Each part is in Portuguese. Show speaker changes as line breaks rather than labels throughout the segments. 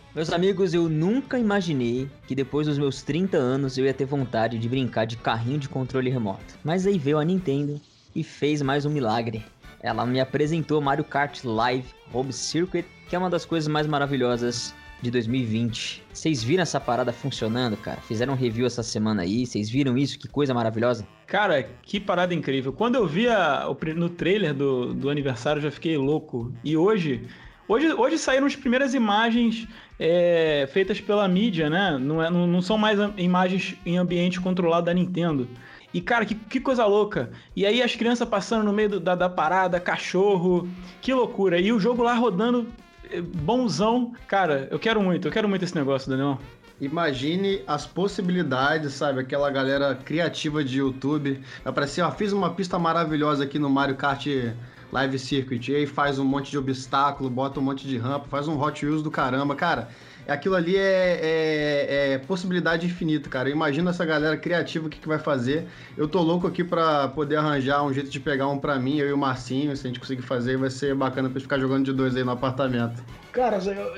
Meus amigos, eu nunca imaginei que depois dos meus 30 anos eu ia ter vontade de brincar de carrinho de controle remoto. Mas aí veio a Nintendo e fez mais um milagre. Ela me apresentou Mario Kart Live Home Circuit, que é uma das coisas mais maravilhosas de 2020. Vocês viram essa parada funcionando, cara? Fizeram um review essa semana aí, vocês viram isso? Que coisa maravilhosa.
Cara, que parada incrível. Quando eu vi no trailer do aniversário, eu já fiquei louco. E hoje saíram as primeiras imagens feitas pela mídia, né? Não são mais imagens em ambiente controlado da Nintendo. E, cara, que coisa louca. E aí as crianças passando no meio da parada, cachorro, que loucura. E o jogo lá rodando bonzão. Cara, eu quero muito esse negócio, Daniel.
Imagine as possibilidades, sabe? Aquela galera criativa de YouTube. Vai parecer, ó, fiz uma pista maravilhosa aqui no Mario Kart Live Circuit. E aí faz um monte de obstáculo, bota um monte de rampa, faz um Hot Wheels do caramba. Cara, aquilo ali é possibilidade infinita, cara. Imagina essa galera criativa o que vai fazer. Eu tô louco aqui pra poder arranjar um jeito de pegar um pra mim, eu e o Marcinho. Se a gente conseguir fazer, vai ser bacana pra ficar jogando de dois aí no apartamento.
Cara,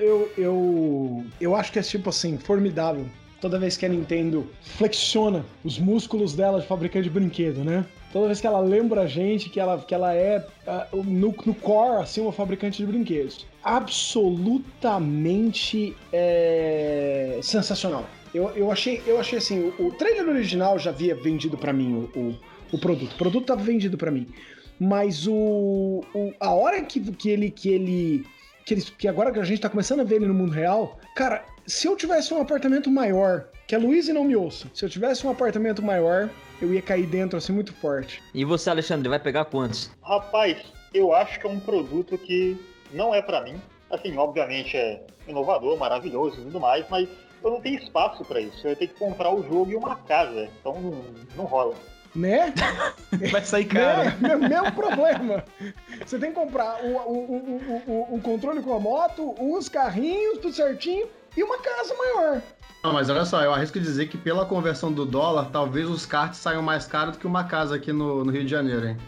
eu acho que é tipo assim, formidável. Toda vez que a Nintendo flexiona os músculos dela de fabricante de brinquedo, né? Toda vez que ela lembra a gente que ela é, no core, assim, uma fabricante de brinquedos. Absolutamente sensacional. Eu achei assim, o trailer original já havia vendido pra mim o produto. O produto tava vendido pra mim. Mas a hora que agora que a gente tá começando a ver ele no mundo real, cara, se eu tivesse um apartamento maior, que a Luísa não me ouça, se eu tivesse um apartamento maior, eu ia cair dentro assim muito forte.
E você, Alexandre, vai pegar quantos?
Rapaz, eu acho que é um produto que não é pra mim. Assim, obviamente é inovador, maravilhoso e tudo mais, mas eu não tenho espaço pra isso. Eu ia ter que comprar o jogo e uma casa, então não rola.
Né?
Vai sair caro.
Mesmo problema. Você tem que comprar o controle com a moto, os carrinhos, tudo certinho, e uma casa maior.
Não, mas olha só, eu arrisco dizer que pela conversão do dólar, talvez os karts saiam mais caros do que uma casa aqui no Rio de Janeiro, hein?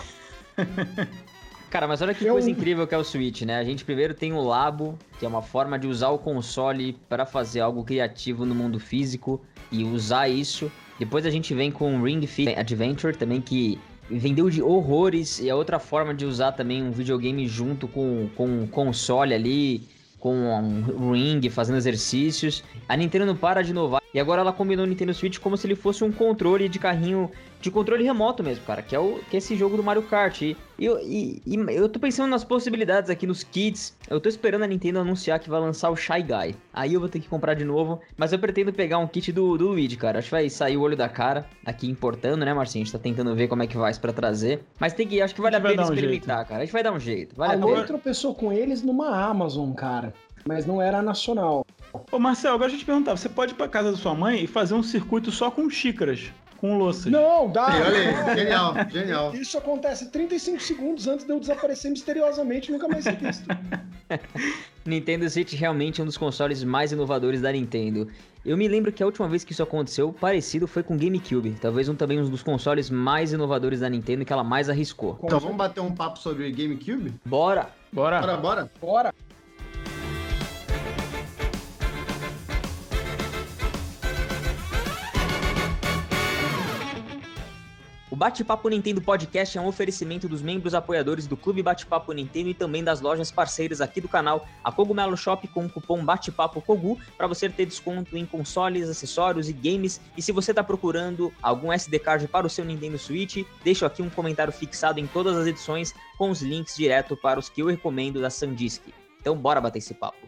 Cara, mas olha que coisa incrível que é o Switch, né? A gente primeiro tem o Labo, que é uma forma de usar o console para fazer algo criativo no mundo físico e usar isso. Depois a gente vem com o Ring Fit Adventure também, que vendeu de horrores, e é outra forma de usar também um videogame junto com um console ali, com um ring, fazendo exercícios. A Nintendo não para de inovar, e agora ela combinou o Nintendo Switch como se ele fosse um controle de carrinho, de controle remoto mesmo, cara, que é esse jogo do Mario Kart. E eu tô pensando nas possibilidades aqui nos kits. Eu tô esperando a Nintendo anunciar que vai lançar o Shy Guy. Aí eu vou ter que comprar de novo, mas eu pretendo pegar um kit do Luigi, cara. Acho que vai sair o olho da cara aqui importando, né, Marcinho? A gente tá tentando ver como é que vai pra trazer. Mas acho que vale a pena experimentar, cara. A gente vai dar um jeito. Vale
a Loi tropeçou com eles numa Amazon, cara, mas não era nacional.
Ô Marcel, agora deixa eu te perguntar, você pode ir pra casa da sua mãe e fazer um circuito só com xícaras, com louças?
Não, dá!
Olha aí, genial.
Isso acontece 35 segundos antes de eu desaparecer misteriosamente e nunca mais ser visto.
Nintendo Switch realmente é um dos consoles mais inovadores da Nintendo. Eu me lembro que a última vez que isso aconteceu, parecido, foi com o GameCube. Talvez também um dos consoles mais inovadores da Nintendo que ela mais arriscou.
Então vamos bater um papo sobre GameCube?
Bora! O Bate-Papo Nintendo Podcast é um oferecimento dos membros apoiadores do Clube Bate-Papo Nintendo e também das lojas parceiras aqui do canal, a Cogumelo Shop com o cupom Bate-Papo Kogu, para você ter desconto em consoles, acessórios e games. E se você está procurando algum SD card para o seu Nintendo Switch, deixo aqui um comentário fixado em todas as edições com os links direto para os que eu recomendo da SanDisk. Então bora bater esse papo.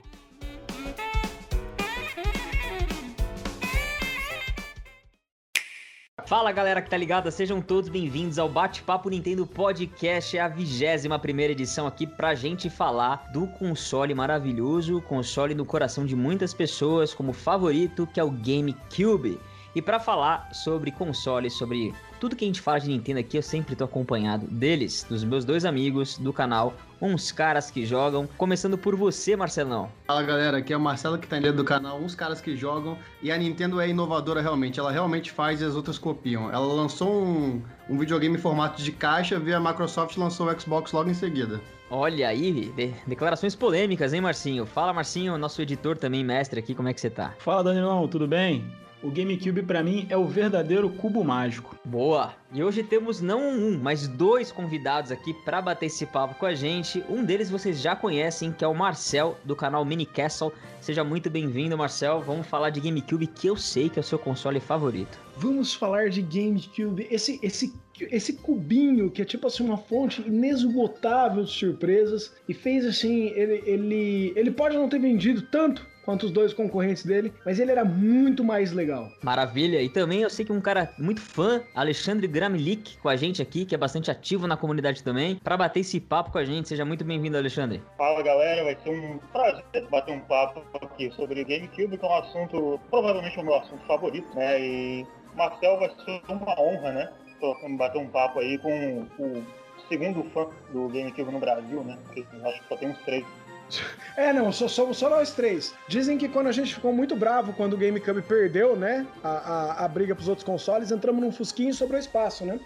Fala galera que tá ligada, sejam todos bem-vindos ao Bate-Papo Nintendo Podcast, é a 21ª edição aqui pra gente falar do console maravilhoso, console no coração de muitas pessoas como favorito, que é o GameCube. E pra falar sobre console, sobre tudo que a gente fala de Nintendo aqui, eu sempre tô acompanhado deles, dos meus dois amigos do canal, uns caras que jogam. Começando por você, Marcelão.
Fala galera, aqui é o Marcelo que tá dentro do canal, uns caras que jogam. E a Nintendo é inovadora realmente, ela realmente faz e as outras copiam. Ela lançou um videogame em formato de caixa, veio a Microsoft e lançou o Xbox logo em seguida.
Olha aí, declarações polêmicas, hein, Marcinho? Fala, Marcinho, nosso editor também, mestre aqui, como é que você tá?
Fala, Danilão, tudo bem? O GameCube, pra mim, é o verdadeiro cubo mágico.
Boa! E hoje temos não um, mas 2 convidados aqui pra bater esse papo com a gente. Um deles vocês já conhecem, que é o Marcel, do canal Mini Castle. Seja muito bem-vindo, Marcel. Vamos falar de GameCube, que eu sei que é o seu console favorito.
Vamos falar de GameCube, esse cubinho que é tipo assim uma fonte inesgotável de surpresas e fez assim, ele pode não ter vendido tanto quanto os 2 concorrentes dele, mas ele era muito mais legal.
Maravilha, e também eu sei que um cara muito fã, Alexandre Gramlich, com a gente aqui, que é bastante ativo na comunidade também, pra bater esse papo com a gente. Seja muito bem-vindo, Alexandre.
Fala, galera, vai ser um prazer bater um papo aqui sobre GameCube, que é um assunto, provavelmente o meu assunto favorito, né, e Marcel, vai ser uma honra, né, bater um papo aí com o segundo fã do GameCube no Brasil, né, porque eu acho que só tem uns 3.
Não, só nós 3. Dizem que quando a gente ficou muito bravo quando o GameCube perdeu, né, a briga pros outros consoles, entramos num fusquinho e sobrou espaço, né?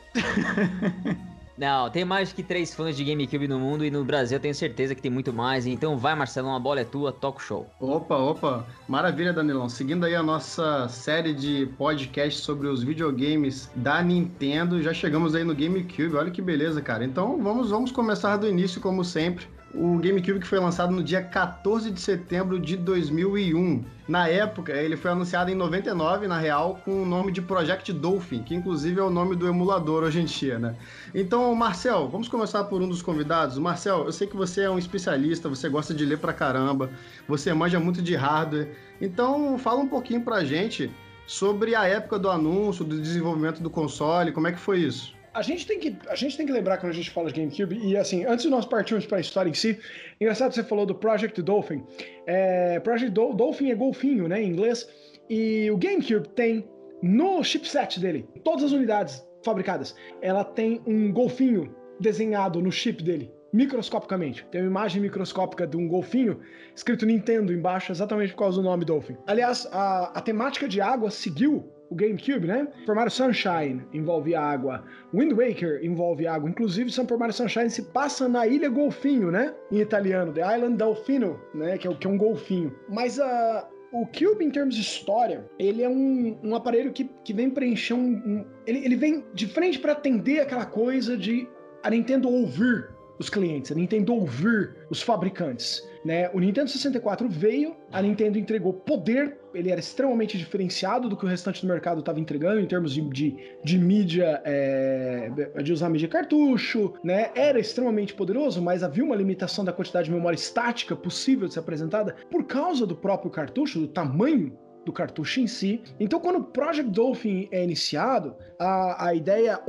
Não, tem mais que 3 fãs de GameCube no mundo e no Brasil eu tenho certeza que tem muito mais. Então vai, Marcelão, a bola é tua, toca o show.
Opa, maravilha, Danilão. Seguindo aí a nossa série de podcasts sobre os videogames da Nintendo, já chegamos aí no GameCube, olha que beleza, cara. Então vamos começar do início, como sempre. O GameCube que foi lançado no dia 14 de setembro de 2001. Na época, ele foi anunciado em 99, na real, com o nome de Project Dolphin, que inclusive é o nome do emulador hoje em dia, né? Então, Marcel, vamos começar por um dos convidados. Marcel, eu sei que você é um especialista, você gosta de ler pra caramba, você manja muito de hardware. Então, fala um pouquinho pra gente sobre a época do anúncio, do desenvolvimento do console, como é que foi isso?
A gente tem que lembrar quando a gente fala de GameCube, e assim, antes de nós partirmos para a história em si, engraçado que você falou do Project Dolphin. Project Dolphin é golfinho, né, em inglês, e o GameCube tem no chipset dele, todas as unidades fabricadas, ela tem um golfinho desenhado no chip dele, microscopicamente. Tem uma imagem microscópica de um golfinho escrito Nintendo embaixo, exatamente por causa do nome Dolphin. Aliás, a temática de água seguiu o GameCube, né? Super Mario Sunshine envolve água, Wind Waker envolve água, inclusive Super Mario Sunshine se passa na Ilha Golfinho, né? Em italiano, The Island Delfino, né? Que é um golfinho. Mas o Cube, em termos de história, ele é um aparelho que vem preencher ele vem de frente para atender aquela coisa de a Nintendo ouvir os clientes, a Nintendo ouvir os fabricantes, né? O Nintendo 64 veio, a Nintendo entregou poder, ele era extremamente diferenciado do que o restante do mercado estava entregando em termos de mídia, de usar mídia cartucho, né? Era extremamente poderoso, mas havia uma limitação da quantidade de memória estática possível de ser apresentada por causa do próprio cartucho, do tamanho do cartucho em si. Então, quando o Project Dolphin é iniciado, a ideia,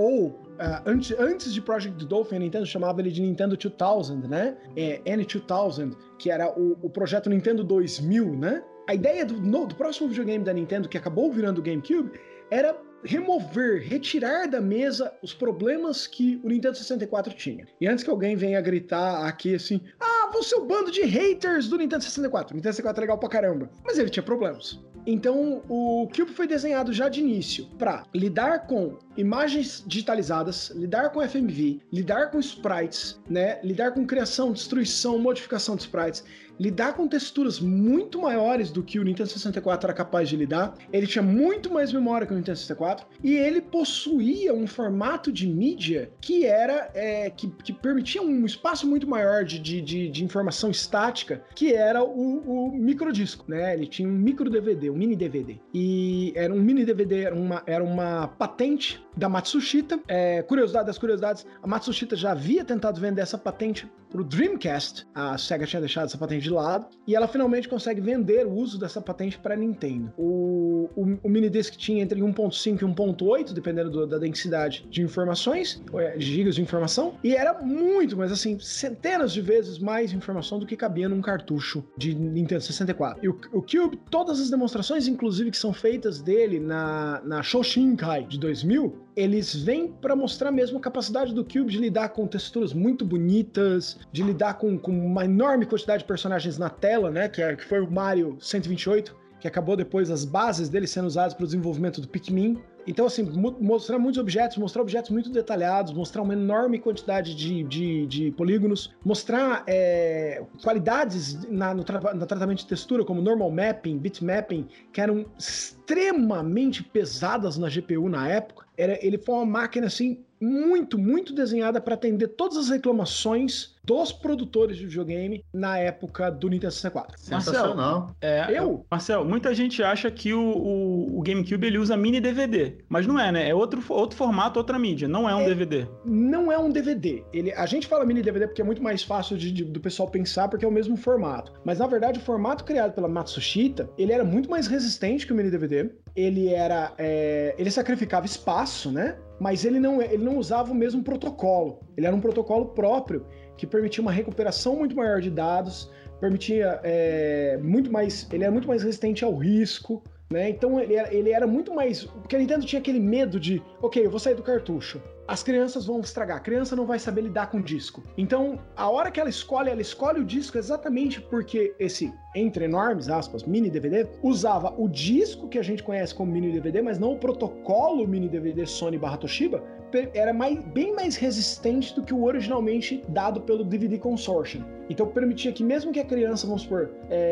antes de Project Dolphin, a Nintendo chamava ele de Nintendo 2000, né? N2000, que era o projeto Nintendo 2000, né? A ideia do próximo videogame da Nintendo, que acabou virando o GameCube, era retirar da mesa os problemas que o Nintendo 64 tinha. E antes que alguém venha gritar aqui assim, você é o bando de haters do Nintendo 64. O Nintendo 64 é legal pra caramba. Mas ele tinha problemas. Então, o Cube foi desenhado já de início para lidar com imagens digitalizadas, lidar com FMV, lidar com sprites, né? Lidar com criação, destruição, modificação de sprites, lidar com texturas muito maiores do que o Nintendo 64 era capaz de lidar. Ele tinha muito mais memória que o Nintendo 64 e ele possuía um formato de mídia que era que permitia um espaço muito maior de informação estática, que era o microdisco, né? Ele tinha um micro DVD, um mini DVD. E era um mini DVD, era uma patente da Matsushita. Curiosidade das curiosidades, a Matsushita já havia tentado vender essa patente pro Dreamcast. A Sega tinha deixado essa patente de lado e ela finalmente consegue vender o uso dessa patente para Nintendo. O mini disc tinha entre 1.5 e 1.8, dependendo da densidade de informações, de gigas de informação, e era muito, mas assim, centenas de vezes mais informação do que cabia num cartucho de Nintendo 64. E o Cube, todas as demonstrações, inclusive, que são feitas dele na Shoshinkai de 2000, eles vêm para mostrar mesmo a capacidade do Cube de lidar com texturas muito bonitas, de lidar com uma enorme quantidade de personagens na tela, né? Que foi o Mario 128, que acabou depois as bases dele sendo usadas para o desenvolvimento do Pikmin. Então, assim, mostrar muitos objetos, mostrar objetos muito detalhados, mostrar uma enorme quantidade de polígonos, mostrar qualidades no tratamento de textura, como normal mapping, bitmapping, que eram extremamente pesadas na GPU na época. Ele foi uma máquina, assim, muito desenhada para atender todas as reclamações dos produtores de videogame na época do Nintendo 64.
Sensacional.
Marcel, muita gente acha que o GameCube ele usa mini DVD, mas não é, né? É outro formato, outra mídia, não é um DVD.
Não é um DVD. A gente fala mini DVD porque é muito mais fácil do pessoal pensar, porque é o mesmo formato. Mas, na verdade, o formato criado pela Matsushita, ele era muito mais resistente que o mini DVD. Ele sacrificava espaço, né? Mas ele não usava o mesmo protocolo. Ele era um protocolo próprio, que permitia uma recuperação muito maior de dados, permitia ele era muito mais resistente ao risco, né? Então ele era muito mais... Porque a Nintendo tinha aquele medo de, ok, eu vou sair do cartucho, as crianças vão estragar, a criança não vai saber lidar com o disco. Então, a hora que ela escolhe o disco exatamente porque esse, entre enormes aspas, mini DVD, usava o disco que a gente conhece como mini DVD, mas não o protocolo mini DVD Sony/Toshiba, era bem mais resistente do que o originalmente dado pelo DVD Consortium. Então permitia que mesmo que a criança, vamos supor,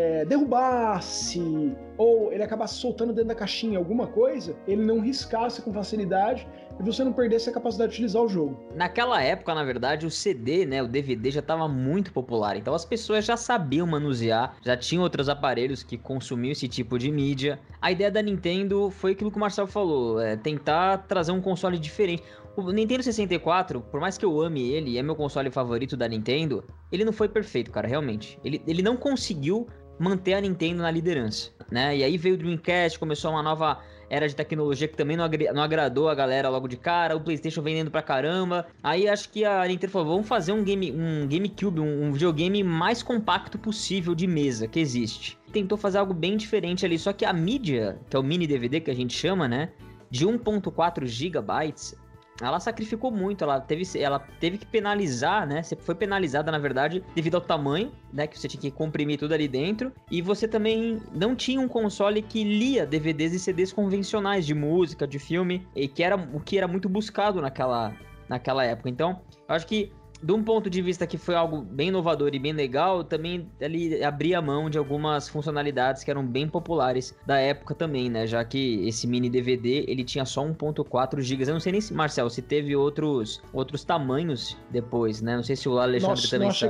derrubasse ou ele acabasse soltando dentro da caixinha alguma coisa, ele não riscasse com facilidade e você não perdesse a capacidade de utilizar o jogo.
Naquela época, na verdade, o CD, né, o DVD já estava muito popular, então as pessoas já sabiam manusear, já tinham outros aparelhos que consumiam esse tipo de mídia. A ideia da Nintendo foi aquilo que o Marcelo falou, tentar trazer um console diferente. O Nintendo 64, por mais que eu ame ele, é meu console favorito da Nintendo, ele não foi perfeito, cara, realmente. Ele não conseguiu manter a Nintendo na liderança, né? E aí veio o Dreamcast, começou uma nova era de tecnologia que também não agradou a galera logo de cara, o PlayStation vendendo pra caramba. Aí acho que a Nintendo falou, vamos fazer um GameCube, um videogame mais compacto possível de mesa que existe. Tentou fazer algo bem diferente ali, só que a mídia, que é o mini DVD que a gente chama, né, de 1.4 GB, ela sacrificou muito, ela teve que penalizar, né? Você foi penalizada, na verdade, devido ao tamanho, né? Que você tinha que comprimir tudo ali dentro. E você também não tinha um console que lia DVDs e CDs convencionais de música, de filme, e que era o que era muito buscado naquela época. Então, eu acho que, de um ponto de vista que foi algo bem inovador e bem legal, também ele abria mão de algumas funcionalidades que eram bem populares da época também, né? Já que esse mini DVD, ele tinha só 1.4 GB. Eu não sei nem se, Marcel, se teve outros tamanhos depois, né? Não sei se o Alexandre também
sabe.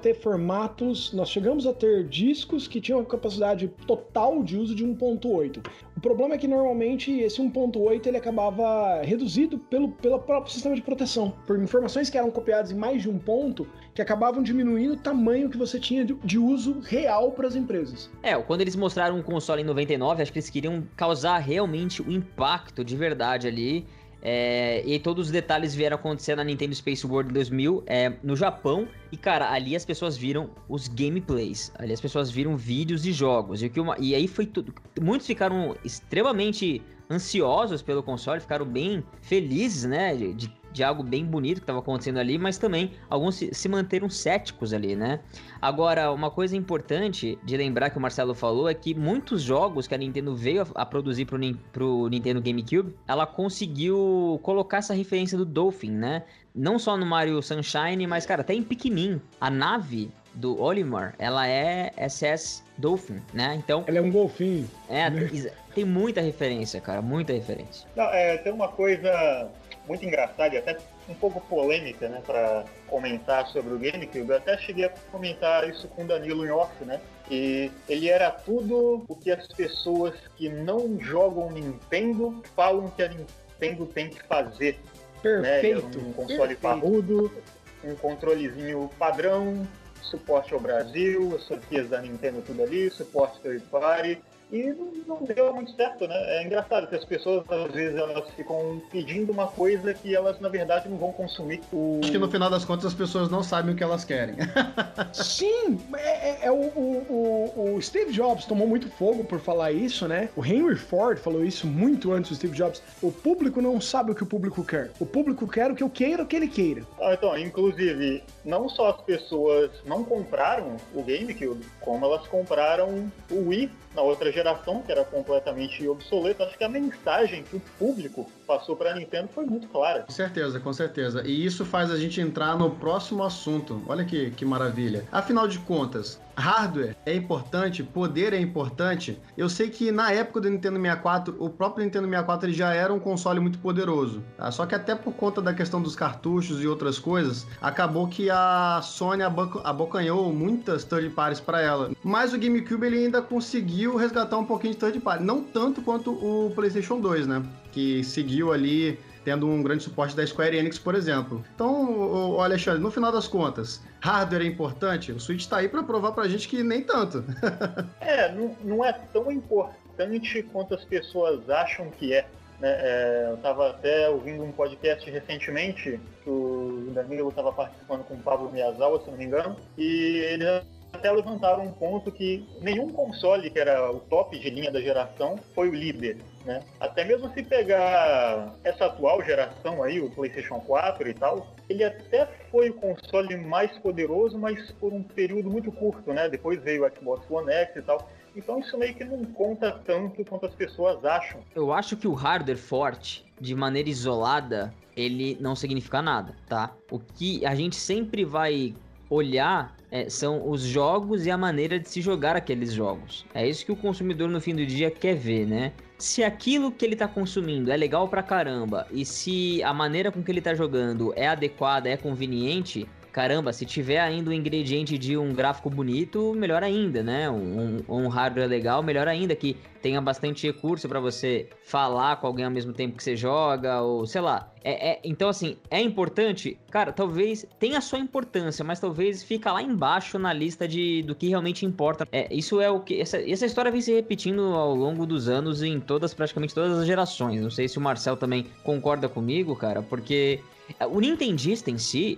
Nós chegamos a ter discos que tinham capacidade total de uso de 1.8. O problema é que normalmente esse 1.8 ele acabava reduzido pelo próprio sistema de proteção, por informações que eram copiadas em mais de um ponto, que acabavam diminuindo o tamanho que você tinha de uso real para as empresas.
Quando eles mostraram um console em 99, acho que eles queriam causar realmente o impacto de verdade ali. E todos os detalhes vieram acontecer na Nintendo Space World em 2000, no Japão. E, cara, ali as pessoas viram os gameplays. Ali as pessoas viram vídeos de jogos. E aí foi tudo. Muitos ficaram extremamente ansiosos pelo console, ficaram bem felizes, né? De algo bem bonito que estava acontecendo ali, mas também alguns se manteram céticos ali, né? Agora, uma coisa importante de lembrar que o Marcelo falou é que muitos jogos que a Nintendo veio a produzir pro Nintendo GameCube, ela conseguiu colocar essa referência do Dolphin, né? Não só no Mario Sunshine, mas, cara, até em Pikmin. A nave do Olimar, ela é SS Dolphin, né? Então...
ela é um golfinho.
Tem muita referência, cara, muita referência.
Não, tem uma coisa muito engraçada e até um pouco polêmica, né, para comentar sobre o GameCube. Eu até cheguei a comentar isso com o Danilo em off, né? E ele era tudo o que as pessoas que não jogam Nintendo falam que a Nintendo tem que fazer.
Perfeito.
Né? Um console parrudo, um controlezinho padrão, suporte ao Brasil, as franquias da Nintendo tudo ali, suporte third party. E não deu muito certo, né? É engraçado que as pessoas, às vezes, elas ficam pedindo uma coisa que elas, na verdade, não vão consumir.
Acho que, no final das contas, as pessoas não sabem o que elas querem.
Sim! O Steve Jobs tomou muito fogo por falar isso, né? O Henry Ford falou isso muito antes do Steve Jobs. O público não sabe o que o público quer. O público quer o que eu queira, o que ele queira.
Então, inclusive, não só as pessoas não compraram o GameCube, como elas compraram o Wii na outra geração. geração, que era completamente obsoleta. Acho que a mensagem que o público passou para a Nintendo foi muito clara.
Com certeza, com certeza. E isso faz a gente entrar no próximo assunto. Olha que maravilha. Afinal de contas, hardware é importante, poder é importante. Eu sei que na época do Nintendo 64, o próprio Nintendo 64 ele já era um console muito poderoso, tá? Só que até por conta da questão dos cartuchos e outras coisas, acabou que a Sony abocanhou muitas third parties para ela. Mas o GameCube ele ainda conseguiu resgatar um pouquinho de third party, não tanto quanto o PlayStation 2, né? Que seguiu ali tendo um grande suporte da Square Enix, por exemplo. Então, Alexandre, no final das contas, hardware é importante? O Switch tá aí para provar pra gente que nem tanto.
Não é tão importante quanto as pessoas acham que é. Né? Eu estava até ouvindo um podcast recentemente, que o Danilo estava participando com o Pablo Miyazawa, se não me engano, e eles até levantaram um ponto que nenhum console que era o top de linha da geração foi o líder. Né? Até mesmo se pegar essa atual geração aí, o PlayStation 4 e tal, ele até foi o console mais poderoso, mas por um período muito curto, né? Depois veio o Xbox One X e tal. Então isso meio que não conta tanto quanto as pessoas acham.
Eu acho que o hardware forte, de maneira isolada, ele não significa nada, tá? O que a gente sempre vai olhar são os jogos e a maneira de se jogar aqueles jogos. É isso que o consumidor no fim do dia quer ver, né? Se aquilo que ele tá consumindo é legal pra caramba e se a maneira com que ele tá jogando é adequada, é conveniente, caramba, se tiver ainda o ingrediente de um gráfico bonito, melhor ainda, né? Um hardware legal, melhor ainda, que tenha bastante recurso pra você falar com alguém ao mesmo tempo que você joga, ou sei lá. Então, assim, é importante? Cara, talvez tenha a sua importância, mas talvez fica lá embaixo na lista do que realmente importa. Isso é o que... Essa história vem se repetindo ao longo dos anos em praticamente todas as gerações. Não sei se o Marcel também concorda comigo, cara, porque o nintendista em si,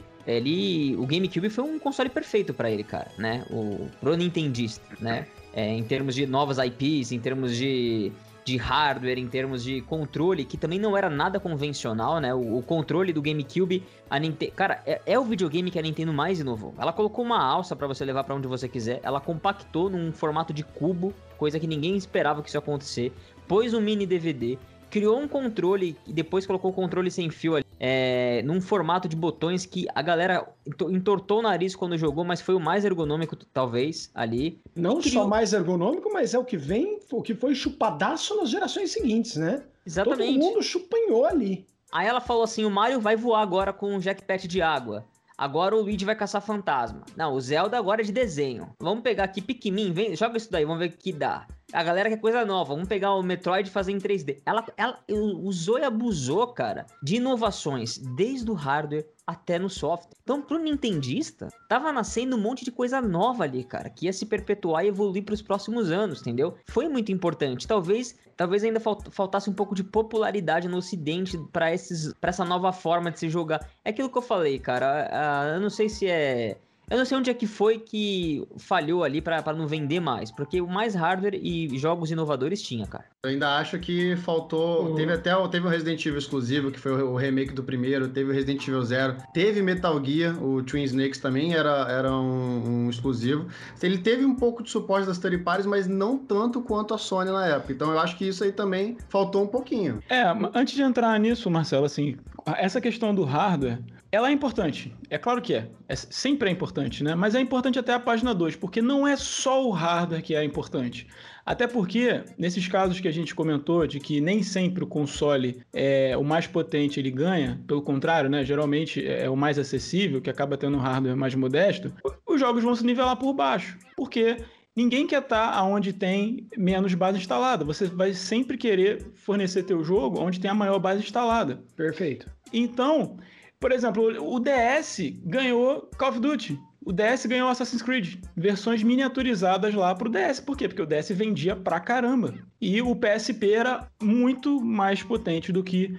o GameCube foi um console perfeito pra ele, cara, né? Pro nintendista, né? Em termos de novas IPs, em termos de hardware, em termos de controle, que também não era nada convencional, né? O controle do GameCube, cara, é o videogame que a Nintendo mais inovou. Ela colocou uma alça pra você levar pra onde você quiser, ela compactou num formato de cubo, coisa que ninguém esperava que isso ia acontecer, pôs um mini DVD, criou um controle e depois colocou o controle sem fio ali, num formato de botões que a galera entortou o nariz quando jogou, mas foi o mais ergonômico, talvez, ali.
Não só mais ergonômico, mas é o que foi chupadaço nas gerações seguintes, né?
Exatamente.
Todo mundo chupanhou ali.
Aí ela falou assim, o Mario vai voar agora com um jackpad de água. Agora o Luigi vai caçar fantasma. Não, o Zelda agora é de desenho. Vamos pegar aqui Pikmin, joga isso daí, vamos ver o que dá. A galera quer coisa nova, vamos pegar o Metroid e fazer em 3D. Ela usou e abusou, cara, de inovações, desde o hardware até no software. Então, pro nintendista, tava nascendo um monte de coisa nova ali, cara, que ia se perpetuar e evoluir pros próximos anos, entendeu? Foi muito importante. Talvez ainda faltasse um pouco de popularidade no ocidente pra essa nova forma de se jogar. É aquilo que eu falei, cara, eu não sei se eu não sei onde é que foi que falhou ali pra não vender mais, porque o mais hardware e jogos inovadores tinha, cara.
Eu ainda acho que faltou... Teve o Resident Evil exclusivo, que foi o remake do primeiro, teve o Resident Evil 0, teve Metal Gear, o Twin Snakes também era um exclusivo. Ele teve um pouco de suporte das third parties, mas não tanto quanto a Sony na época. Então eu acho que isso aí também faltou um pouquinho.
Antes de entrar nisso, Marcelo, assim, essa questão do hardware, ela é importante. É claro que sempre é importante, né? Mas é importante até a página 2, porque não é só o hardware que é importante. Até porque, nesses casos que a gente comentou, de que nem sempre o console o mais potente ele ganha, pelo contrário, né? Geralmente é o mais acessível, que acaba tendo um hardware mais modesto, os jogos vão se nivelar por baixo. Porque ninguém quer estar onde tem menos base instalada. Você vai sempre querer fornecer teu jogo onde tem a maior base instalada.
Perfeito.
Então, por exemplo, o DS ganhou Call of Duty. O DS ganhou Assassin's Creed, versões miniaturizadas lá pro DS. Por quê? Porque o DS vendia pra caramba. E o PSP era muito mais potente do que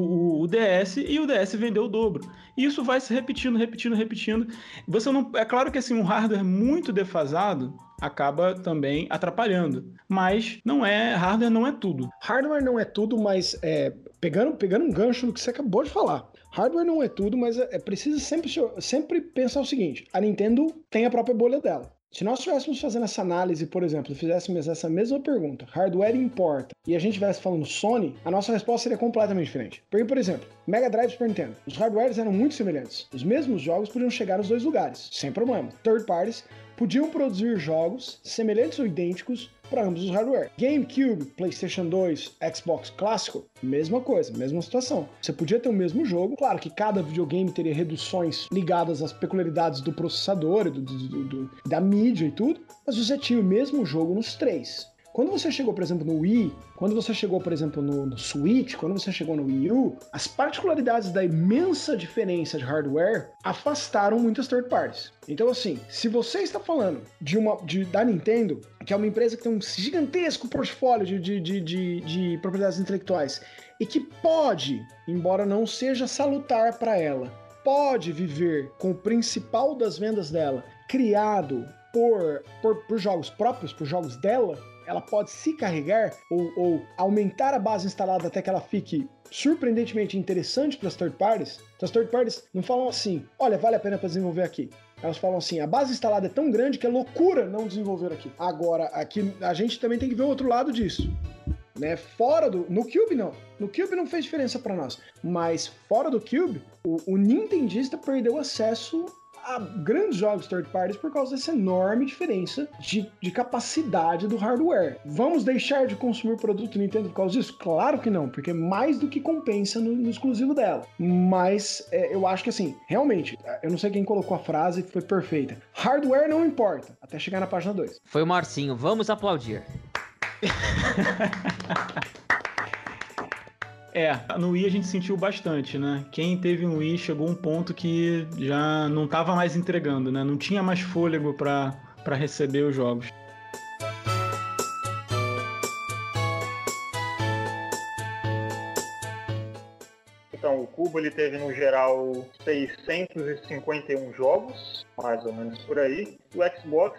o DS, e o DS vendeu o dobro. E isso vai se repetindo. É claro que assim, um hardware muito defasado acaba também atrapalhando. Mas hardware não é tudo.
Hardware não é tudo, mas pegando um gancho no que você acabou de falar. Hardware não é tudo, mas é preciso sempre pensar o seguinte: a Nintendo tem a própria bolha dela. Se nós estivéssemos fazendo essa análise, por exemplo, fizéssemos essa mesma pergunta, hardware importa, e a gente estivesse falando Sony, a nossa resposta seria completamente diferente. Porque, por exemplo, Mega Drive e Super Nintendo, os hardwares eram muito semelhantes. Os mesmos jogos podiam chegar nos dois lugares, sem problema. Third parties podiam produzir jogos semelhantes ou idênticos para ambos os hardware. GameCube, PlayStation 2, Xbox clássico, mesma coisa, mesma situação. Você podia ter o mesmo jogo, claro que cada videogame teria reduções ligadas às peculiaridades do processador, da mídia e tudo, mas você tinha o mesmo jogo nos três. Quando você chegou, por exemplo, no Wii, quando você chegou, por exemplo, no Switch, quando você chegou no Wii U, as particularidades da imensa diferença de hardware afastaram muitas third parties. Então, assim, se você está falando da Nintendo, que é uma empresa que tem um gigantesco portfólio de propriedades intelectuais e que pode, embora não seja salutar para ela, pode viver com o principal das vendas dela criado por jogos próprios, por jogos dela, ela pode se carregar ou aumentar a base instalada até que ela fique surpreendentemente interessante para as third parties. Então, as third parties não falam assim, olha, vale a pena para desenvolver aqui. Elas falam assim, a base instalada é tão grande que é loucura não desenvolver aqui. Agora, aqui a gente também tem que ver o outro lado disso. Né? No Cube não. No Cube não fez diferença para nós. Mas fora do Cube, o nintendista perdeu acesso a grandes jogos third parties por causa dessa enorme diferença de capacidade do hardware. Vamos deixar de consumir produto Nintendo por causa disso? Claro que não, porque mais do que compensa no exclusivo dela. Mas eu acho que assim, realmente, eu não sei quem colocou a frase, foi perfeita. Hardware não importa, até chegar na página 2.
Foi o Marcinho, vamos aplaudir.
No Wii a gente sentiu bastante, né? Quem teve um Wii chegou a um ponto que já não tava mais entregando, né? Não tinha mais fôlego para receber os jogos.
Então, o Cubo ele teve no geral 651 jogos, mais ou menos por aí. O Xbox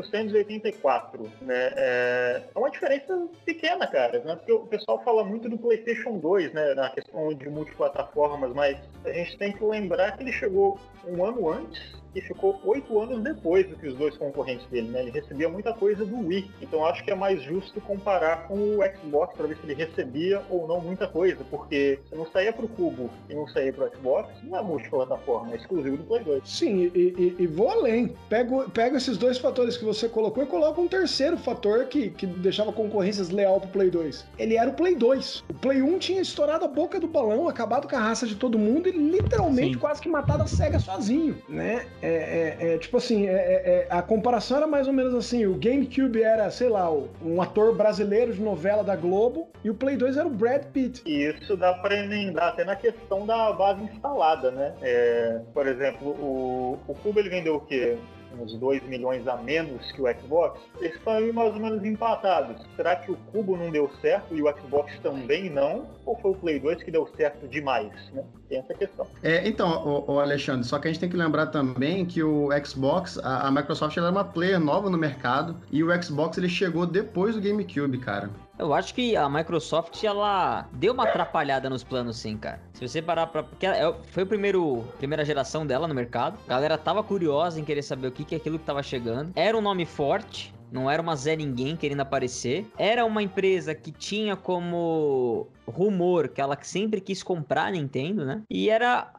884, né? É uma diferença pequena, cara, né? Porque o pessoal fala muito do PlayStation 2, né? Na questão de multiplataformas, mas a gente tem que lembrar que ele chegou um ano antes e ficou 8 anos depois do que os dois concorrentes dele, né? Ele recebia muita coisa do Wii, então acho que é mais justo comparar com o Xbox para ver se ele recebia ou não muita coisa, porque se não saía pro Cubo e não saía pro Xbox, não é multiplataforma, é exclusivo do Play 2.
Sim, e vou além. Pego esses dois fatores que você colocou e coloco um terceiro fator que deixava concorrências leal pro Play 2. Ele era o Play 2. O Play 1 tinha estourado a boca do balão, acabado com a raça de todo mundo e literalmente quase que matado a SEGA sozinho, né? Tipo assim, a comparação era mais ou menos assim, o GameCube era, sei lá, um ator brasileiro de novela da Globo e o Play 2 era o Brad Pitt.
E isso dá para emendar até na questão da base instalada, né? Por exemplo, o Cubo ele vendeu o quê? Uns 2 milhões a menos que o Xbox, eles estão aí mais ou menos empatados. Será que o Cubo não deu certo e o Xbox também não? Ou foi o Play 2 que deu certo demais, né? Tem essa questão.
Então, o Alexandre, só que a gente tem que lembrar também que o Xbox, a Microsoft ela é uma player nova no mercado e o Xbox ele chegou depois do GameCube, cara.
Eu acho que a Microsoft, ela deu uma atrapalhada nos planos, sim, cara. Se você parar pra... Porque foi a primeira geração dela no mercado. A galera tava curiosa em querer saber o que é aquilo que tava chegando. Era um nome forte. Não era uma Zé Ninguém querendo aparecer. Era uma empresa que tinha como rumor que ela sempre quis comprar a Nintendo, né? E era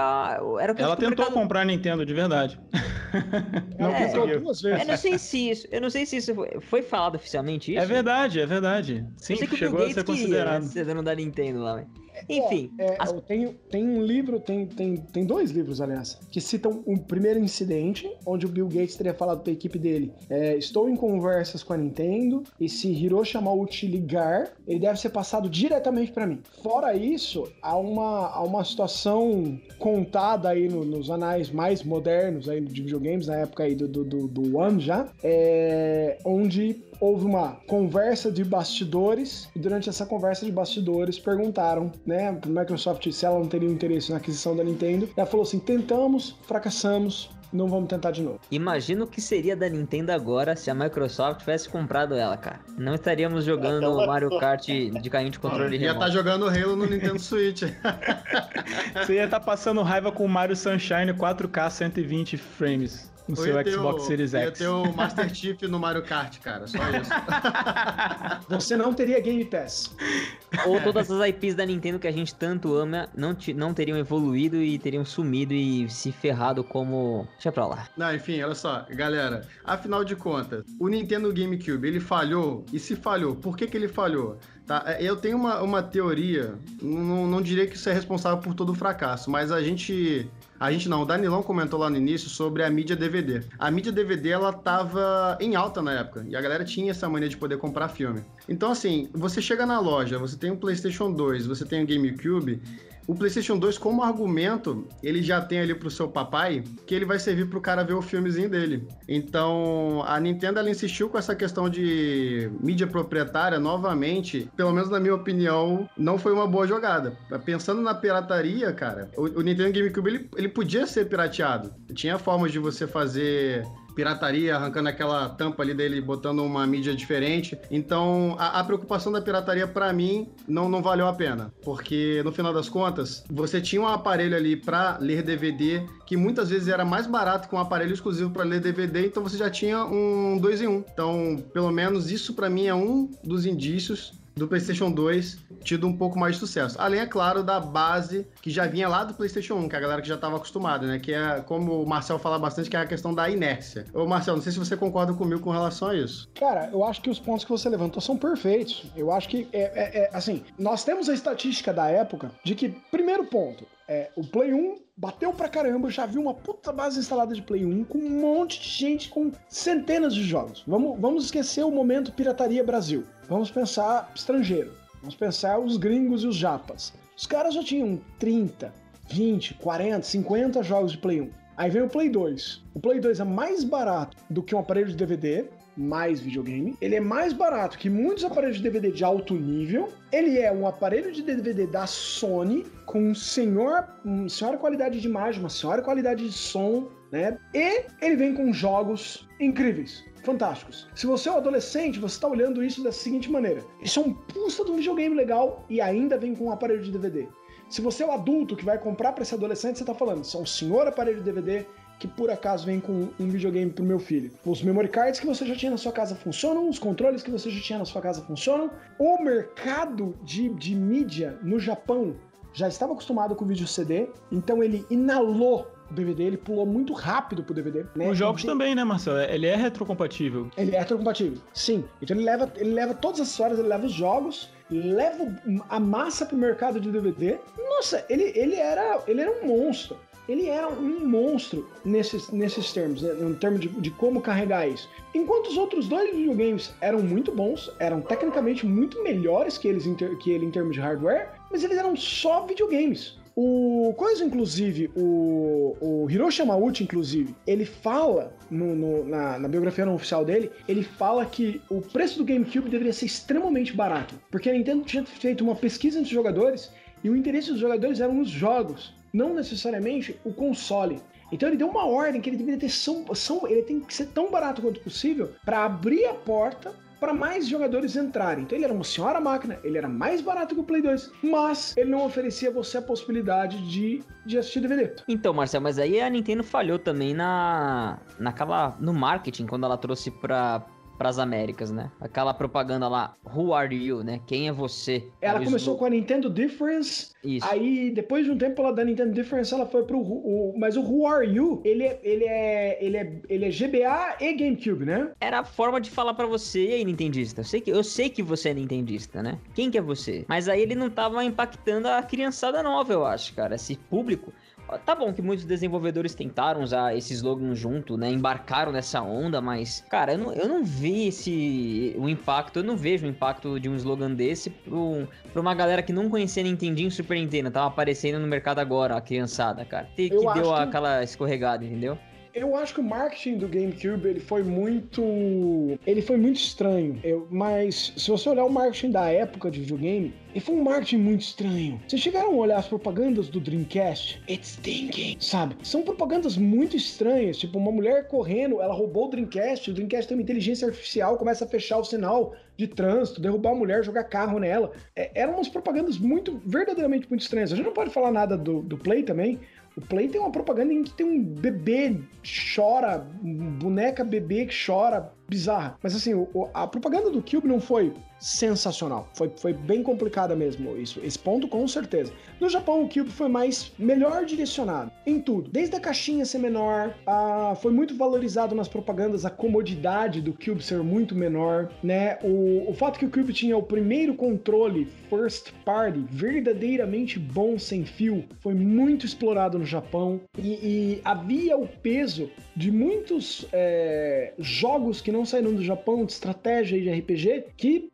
o que
ela tentou comprar a Nintendo, de verdade.
Não conseguiu. Duas vezes.
Eu não sei se isso foi falado oficialmente, isso.
É verdade. Sim, chegou a ser considerado.
Ser dono da Nintendo lá, velho. Enfim.
Tem um livro, tem 2 livros, aliás, que citam o primeiro incidente, onde o Bill Gates teria falado para a equipe dele: estou em conversas com a Nintendo, e se Hiroshi Yamauchi ligar, ele deve ser passado diretamente para mim. Fora isso, há uma situação contada aí nos anais mais modernos aí de videogames, na época aí do One já, onde houve uma conversa de bastidores, e durante essa conversa de bastidores perguntaram, né, para a Microsoft se ela não teria interesse na aquisição da Nintendo. Ela falou assim: tentamos, fracassamos, não vamos tentar de novo.
Imagina o que seria da Nintendo agora se a Microsoft tivesse comprado ela, cara. Não estaríamos jogando Mario Kart de carrinho de controle remoto.
Ia estar jogando Halo no Nintendo Switch.
Você ia estar passando raiva com o Mario Sunshine 4K 120 frames. no seu Xbox Series X.
Ia ter o Master Chief no Mario Kart, cara, só isso.
Você não teria Game Pass.
Ou todas as IPs da Nintendo que a gente tanto ama não teriam evoluído e teriam sumido e se ferrado como... Deixa pra lá.
Não, enfim, olha só, galera. Afinal de contas, o Nintendo GameCube, ele falhou? E se falhou, por que ele falhou? Tá? Eu tenho uma teoria, não diria que isso é responsável por todo o fracasso, mas o Danilão comentou lá no início sobre a mídia DVD. A mídia DVD, ela tava em alta na época, e a galera tinha essa mania de poder comprar filme. Então, assim, você chega na loja, você tem um PlayStation 2, você tem um GameCube, o PlayStation 2, como argumento, ele já tem ali pro seu papai que ele vai servir pro cara ver o filmezinho dele. Então, a Nintendo, ela insistiu com essa questão de mídia proprietária novamente, pelo menos na minha opinião, não foi uma boa jogada. Pensando na pirataria, cara, o Nintendo GameCube, ele podia ser pirateado. Tinha formas de você fazer pirataria, arrancando aquela tampa ali dele, botando uma mídia diferente. Então, a preocupação da pirataria, pra mim, não valeu a pena. Porque, no final das contas, você tinha um aparelho ali pra ler DVD, que muitas vezes era mais barato que um aparelho exclusivo pra ler DVD, então você já tinha um 2 em 1. Então, pelo menos, isso pra mim é um dos indícios do PlayStation 2 tido um pouco mais de sucesso. Além, é claro, da base que já vinha lá do PlayStation 1, que a galera que já estava acostumada, né? Que é, como o Marcel fala bastante, que é a questão da inércia. Ô, Marcel, não sei se você concorda comigo com relação a isso.
Cara, eu acho que os pontos que você levantou são perfeitos. Eu acho que, assim, nós temos a estatística da época de que, primeiro ponto, o Play 1 bateu pra caramba, já viu uma puta base instalada de Play 1 com um monte de gente com centenas de jogos. Vamos esquecer o momento pirataria Brasil. Vamos pensar estrangeiro. Vamos pensar os gringos e os japas. Os caras já tinham 30, 20, 40, 50 jogos de Play 1. Aí vem o Play 2. O Play 2 é mais barato do que um aparelho de DVD, mais videogame. Ele é mais barato que muitos aparelhos de DVD de alto nível. Ele é um aparelho de DVD da Sony com uma senhora qualidade de imagem, uma senhora qualidade de som, né? E ele vem com jogos incríveis, fantásticos. Se você é um adolescente, você está olhando isso da seguinte maneira: isso é um puta de um videogame legal e ainda vem com um aparelho de DVD. Se você é o adulto que vai comprar para esse adolescente, você está falando, isso é um senhor aparelho de DVD que por acaso vem com um videogame pro meu filho. Os memory cards que você já tinha na sua casa funcionam, os controles que você já tinha na sua casa funcionam. O mercado de mídia no Japão já estava acostumado com o vídeo CD, então ele inalou o DVD, ele pulou muito rápido pro DVD. Né?
Os jogos também, né, Marcelo? Ele é retrocompatível.
Ele é retrocompatível, sim. Então ele leva todas as histórias, ele leva os jogos, leva a massa pro mercado de DVD. Nossa, ele era um monstro. Ele era um monstro nesses termos, né? No termo de como carregar isso. Enquanto os outros dois videogames eram muito bons, eram tecnicamente muito melhores que ele em termos de hardware, mas eles eram só videogames. O Hiroshi Yamauchi, inclusive, ele fala na biografia não oficial dele, ele fala que o preço do GameCube deveria ser extremamente barato, porque a Nintendo tinha feito uma pesquisa entre os jogadores e o interesse dos jogadores eram os jogos, não necessariamente o console. Então ele deu uma ordem que ele deveria ter ele tem que ser tão barato quanto possível para abrir a porta para mais jogadores entrarem. Então ele era uma senhora máquina, ele era mais barato que o Play 2, mas ele não oferecia a você a possibilidade de assistir DVD.
Então, Marcel, mas aí a Nintendo falhou também no marketing, quando ela trouxe pras Américas, né? Aquela propaganda lá, Who are you, né? Quem é você?
Ela começou com a Nintendo Difference,
isso.
Aí depois de um tempo da Nintendo Difference ela foi mas o Who are you, ele é GBA e GameCube, né?
Era a forma de falar pra você, e aí, nintendista, eu sei que você é nintendista, né? Quem que é você? Mas aí ele não tava impactando a criançada nova, eu acho, cara, esse público. Tá bom que muitos desenvolvedores tentaram usar esse slogan junto, né? Embarcaram nessa onda, mas, cara, eu não vi o impacto, eu não vejo o impacto de um slogan desse pra uma galera que não conhecia Nintendinho e Super Nintendo, tava aparecendo no mercado agora, a criançada, cara. Que deu aquela escorregada, entendeu?
Eu acho que o marketing do GameCube, ele foi muito estranho. Mas se você olhar o marketing da época de videogame, ele foi um marketing muito estranho. Vocês chegaram a olhar as propagandas do Dreamcast? It's thinking, sabe? São propagandas muito estranhas, tipo uma mulher correndo, ela roubou o Dreamcast tem uma inteligência artificial, começa a fechar o sinal de trânsito, derrubar a mulher, jogar carro nela. Eram umas propagandas verdadeiramente muito estranhas. A gente não pode falar nada do Play também. O Play tem uma propaganda em que tem um bebê chora, boneca bebê que chora, bizarra. Mas assim, a propaganda do Cube não foi sensacional. Foi bem complicada mesmo isso. Esse ponto com certeza. No Japão, o Cube foi melhor direcionado em tudo. Desde a caixinha ser menor, foi muito valorizado nas propagandas a comodidade do Cube ser muito menor, né? O fato que o Cube tinha o primeiro controle first party verdadeiramente bom sem fio foi muito explorado no Japão e havia o peso de muitos jogos que não saíram do Japão, de estratégia e de RPG,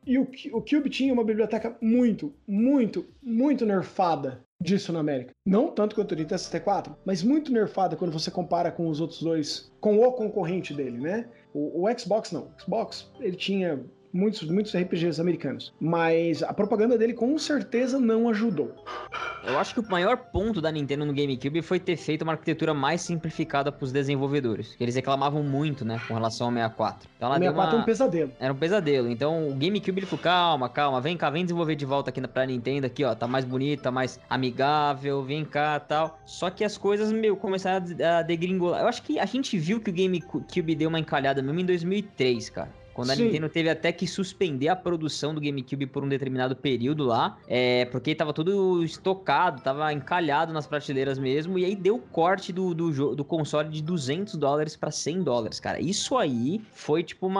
o Cube tinha uma biblioteca muito, muito, muito nerfada disso na América. Não tanto quanto o Nintendo 64, mas muito nerfada quando você compara com os outros dois, com o concorrente dele, né? O Xbox não. O Xbox, ele tinha muitos RPGs americanos, mas a propaganda dele com certeza não ajudou.
Eu acho que o maior ponto da Nintendo no GameCube foi ter feito uma arquitetura mais simplificada para os desenvolvedores, que eles reclamavam muito, né, com relação ao 64. Então,
o 64 é um pesadelo.
Era um pesadelo. Então o GameCube ele falou, calma, vem cá, vem desenvolver de volta aqui pra Nintendo, aqui ó, tá mais bonito, tá mais amigável, vem cá, tal. Só que as coisas, começaram a degringolar. Eu acho que a gente viu que o GameCube deu uma encalhada mesmo em 2003, cara. Quando a Nintendo teve até que suspender a produção do GameCube por um determinado período lá, porque tava tudo estocado, tava encalhado nas prateleiras mesmo, e aí deu o corte do console de $200 pra $100, cara. Isso aí foi tipo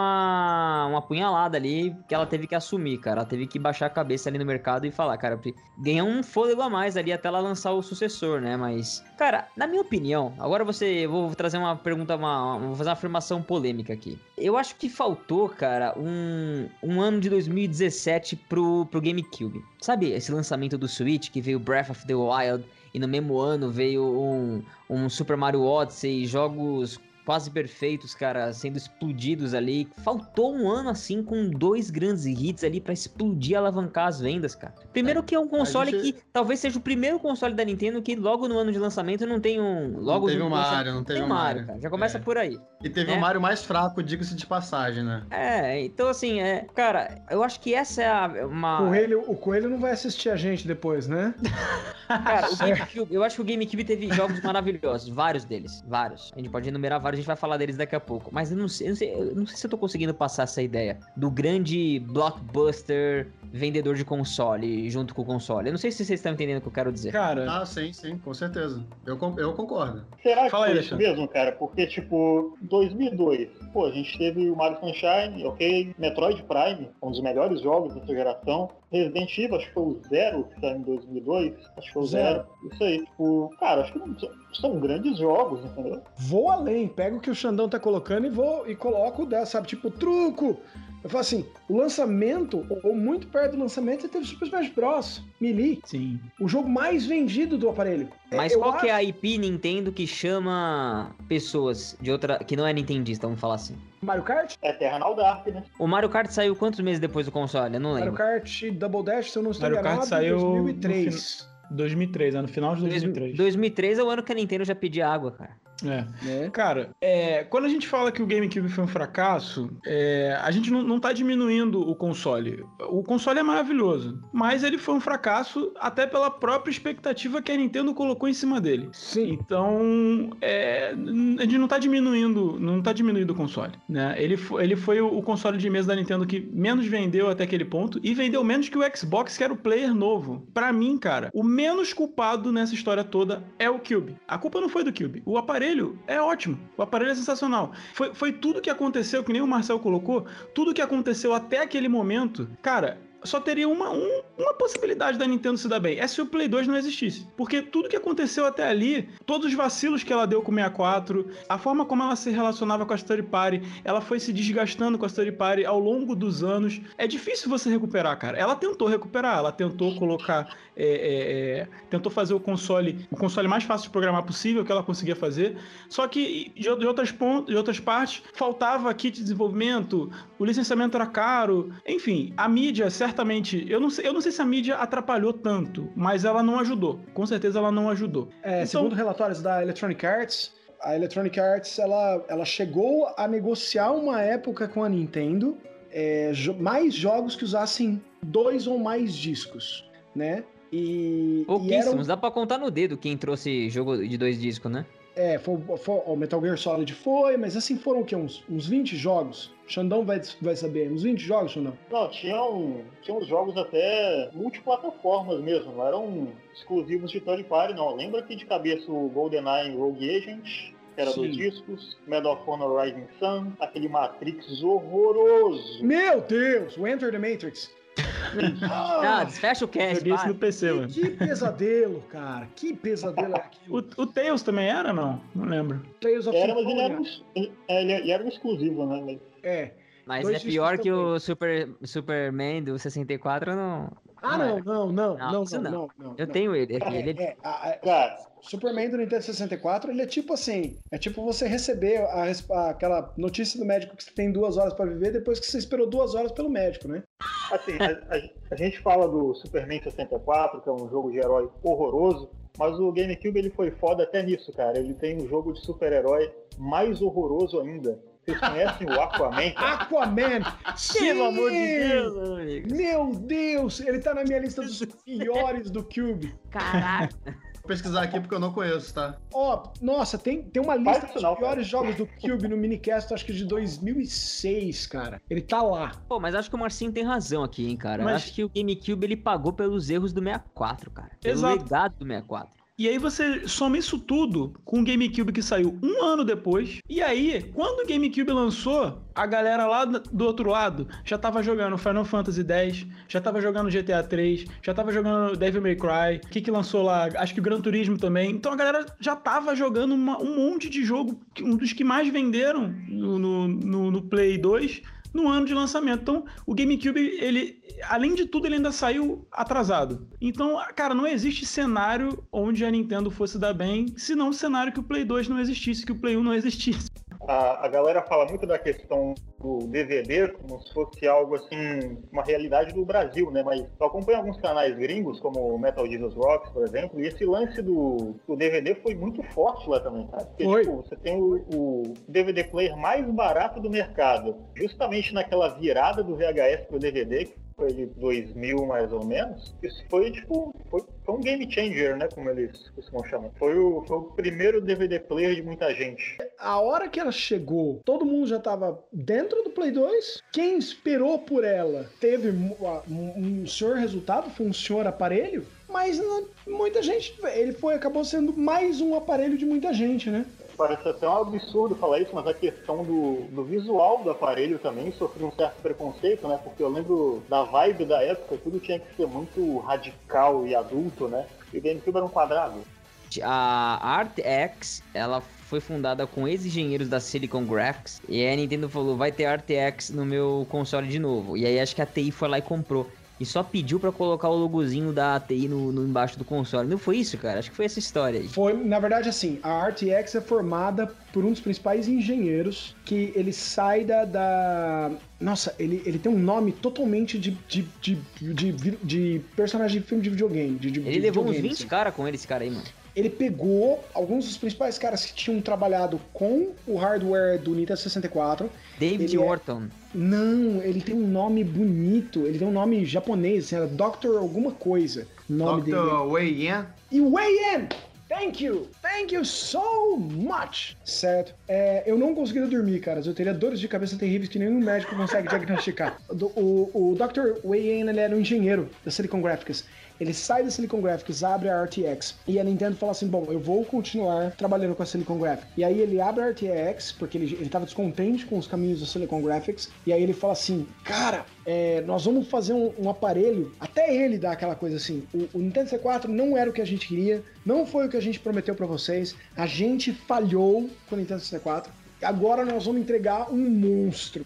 uma punhalada ali que ela teve que assumir, cara. Ela teve que baixar a cabeça ali no mercado e falar, cara, ganhar um fôlego a mais ali até ela lançar o sucessor, né? Mas, cara, na minha opinião, agora eu vou trazer uma pergunta, vou fazer uma afirmação polêmica aqui. Eu acho que faltou, cara, um ano de 2017 pro GameCube. Sabe esse lançamento do Switch que veio Breath of the Wild e no mesmo ano veio um Super Mario Odyssey, jogos quase perfeitos, cara, sendo explodidos ali. Faltou um ano assim com 2 grandes hits ali pra explodir e alavancar as vendas, cara. Primeiro que é um console que talvez seja o primeiro console da Nintendo que logo no ano de lançamento não tem
não teve um Mario,
cara. Já começa por aí.
E teve um Mario mais fraco, diga-se de passagem, né?
Então assim, cara, eu acho que essa é
O Coelho não vai assistir a gente depois, né?
Cara, eu acho que o GameCube teve jogos maravilhosos, vários deles, vários. A gente pode enumerar vários, a gente vai falar deles daqui a pouco. Mas eu não sei se eu tô conseguindo passar essa ideia do grande blockbuster vendedor de console junto com o console. Eu não sei se vocês estão entendendo o que eu quero dizer.
Cara...
sim, com certeza. Eu concordo.
Será que foi isso mesmo, cara? Porque, tipo, 2002, a gente teve o Mario Sunshine, ok, Metroid Prime, um dos melhores jogos dessa geração. Resident Evil, acho que foi o 0 que saiu em 2002. Acho que foi o 0. Isso aí, tipo, cara, acho que são grandes jogos, entendeu?
Vou além, pego o que o Xandão tá colocando e coloco, sabe, tipo, truco. Eu falo assim, o lançamento, ou muito perto do lançamento, você teve Super Smash Bros. Melee.
Sim.
O jogo mais vendido do aparelho.
Mas que é a IP Nintendo que chama pessoas de outra... que não é nintendista, vamos falar assim?
Mario Kart?
Eternal Dark, né?
O Mario Kart saiu quantos meses depois do console? Eu não lembro.
Mario Kart Double Dash, se eu não estou enganado,
Mario Kart saiu
2003.
2003, no final de 2003.
2003 é o ano que a Nintendo já pedia água, cara.
Cara, quando a gente fala que o GameCube foi um fracasso, a gente não tá diminuindo o console. O console é maravilhoso, mas ele foi um fracasso até pela própria expectativa que a Nintendo colocou em cima dele.
Sim.
Então, a gente não tá diminuindo o console, né? Ele foi o console de mesa da Nintendo que menos vendeu até aquele ponto e vendeu menos que o Xbox, que era o player novo. Pra mim, cara, o menos culpado nessa história toda é o Cube. A culpa não foi do Cube. O aparelho é ótimo. O aparelho é sensacional. Foi tudo que aconteceu, que nem o Marcel colocou, tudo que aconteceu até aquele momento, cara, só teria uma possibilidade da Nintendo se dar bem. É se o Play 2 não existisse. Porque tudo que aconteceu até ali, todos os vacilos que ela deu com o 64, a forma como ela se relacionava com a third party, ela foi se desgastando com a third party ao longo dos anos. É difícil você recuperar, cara. Ela tentou recuperar, ela tentou colocar... tentou fazer o console mais fácil de programar possível, que ela conseguia fazer. Só que de outras partes, faltava kit de desenvolvimento, o licenciamento era caro. Enfim, a mídia, certamente... Eu não sei se a mídia atrapalhou tanto, mas ela não ajudou. Com certeza ela não ajudou.
Então, segundo relatórios da Electronic Arts, a Electronic Arts ela chegou a negociar uma época com a Nintendo mais jogos que usassem 2 ou mais discos, né?
Pouquíssimos, dá pra contar no dedo quem trouxe jogo de 2 discos, né?
O Metal Gear Solid foi, mas assim foram o quê? Uns 20 jogos? Xandão vai saber. Uns 20 jogos, Xandão?
Não, tinham uns jogos até multiplataformas mesmo, não eram exclusivos de third party, não. Lembra que de cabeça o GoldenEye Rogue Agent, que era 2 discos, Medal of Honor Rising Sun, aquele Matrix horroroso.
Meu Deus! O Enter the Matrix.
Desfecha o cast,
Joguei isso no PC, mano.
Que pesadelo, cara. Que pesadelo é aquilo.
O Tails também era, não? Não lembro.
Tales of
Era, mas
Symphonia.
ele era um exclusivo, né?
Mas
2
é pior
discos
que
também.
o Superman do 64, não.
Não.
Eu tenho ele aqui.
Cara,
Superman do Nintendo 64, ele é tipo assim, é tipo você receber aquela notícia do médico que você tem 2 horas pra viver depois que você esperou 2 horas pelo médico, né?
assim, a gente fala do Superman 64, que é um jogo de herói horroroso, mas o GameCube ele foi foda até nisso, cara. Ele tem um jogo de super-herói mais horroroso ainda. Vocês conhecem o Aquaman?
Aquaman! Sim!
Pelo amor de Deus, amigo.
Meu Deus! Ele tá na minha lista dos piores do Cube.
Caraca.
Vou pesquisar aqui porque eu não conheço, tá?
Nossa, tem uma lista
Faz
dos
sinal,
piores
cara.
jogos do Cube no Minicast, acho que de 2006, cara. Ele tá lá.
Pô, mas acho que o Marcinho tem razão aqui, hein, cara.
Mas-
Acho que o GameCube ele pagou pelos erros do 64, cara. Pelo
Exato.
legado do 64.
E aí você soma isso tudo com o GameCube que saiu 1 ano depois. E aí, quando o GameCube lançou, a galera lá do outro lado já tava jogando Final Fantasy X, já tava jogando GTA 3, já tava jogando Devil May Cry, o que lançou lá? Acho que o Gran Turismo também. Então a galera já tava jogando um monte de jogo, um dos que mais venderam no Play 2, no ano de lançamento. Então, o GameCube, ele, além de tudo, ele ainda saiu atrasado. Então, cara, não existe cenário onde a Nintendo fosse dar bem, senão o cenário que o Play 2 não existisse, que o Play 1 não existisse.
A galera fala muito da questão do DVD como se fosse algo assim, uma realidade do Brasil, né? Mas eu acompanho alguns canais gringos, como o Metal Jesus Rocks, por exemplo, e esse lance do DVD foi muito forte lá também, cara. Porque,
Foi.
tipo, você tem o DVD player mais barato do mercado, justamente naquela virada do VHS pro DVD, que foi de 2000 mais ou menos. Isso foi, tipo, foi um game changer, né? Como eles costumam chamar. Foi o primeiro DVD player de muita gente.
A hora que ela chegou, todo mundo já tava dentro do Play 2. Quem esperou por ela teve um senhor resultado, foi um senhor aparelho, mas muita gente, acabou sendo mais um aparelho de muita gente, né?
Parece até um absurdo falar isso, mas a questão do visual do aparelho também sofreu um certo preconceito, né? Porque eu lembro da vibe da época, tudo tinha que ser muito radical e adulto, né? E o GameCube era um quadrado.
A ArtX, ela foi fundada com ex-engenheiros da Silicon Graphics, e aí a Nintendo falou, vai ter ArtX no meu console de novo. E aí acho que a TI foi lá e comprou. E só pediu pra colocar o logozinho da ATI no embaixo do console. Não foi isso, cara? Acho que foi essa história aí.
Foi, na verdade, assim, a RTX é formada por um dos principais engenheiros, que ele sai Nossa, ele tem um nome totalmente de personagem de filme de videogame.
Ele levou uns 20
assim.
caras com ele, esse cara aí, mano.
Ele pegou alguns dos principais caras que tinham trabalhado com o hardware do Nintendo 64.
David Orton.
Não, ele tem um nome bonito, ele tem um nome japonês, assim, era Dr. alguma coisa. O nome dele.
Dr. Wei Yan.
E Wei Yan! Thank you so much! Certo? Eu não conseguiria dormir, cara. Eu teria dores de cabeça terríveis que nenhum médico consegue diagnosticar. O Dr. Wei Yan, ele era um engenheiro da Silicon Graphics. Ele sai da Silicon Graphics, abre a RTX, e a Nintendo fala assim, bom, eu vou continuar trabalhando com a Silicon Graphics. E aí ele abre a RTX, porque ele tava descontente com os caminhos da Silicon Graphics, e aí ele fala assim, cara, nós vamos fazer um aparelho, até ele dá aquela coisa assim, o Nintendo 64 não era o que a gente queria, não foi o que a gente prometeu pra vocês, a gente falhou com o Nintendo 64, agora nós vamos entregar um monstro.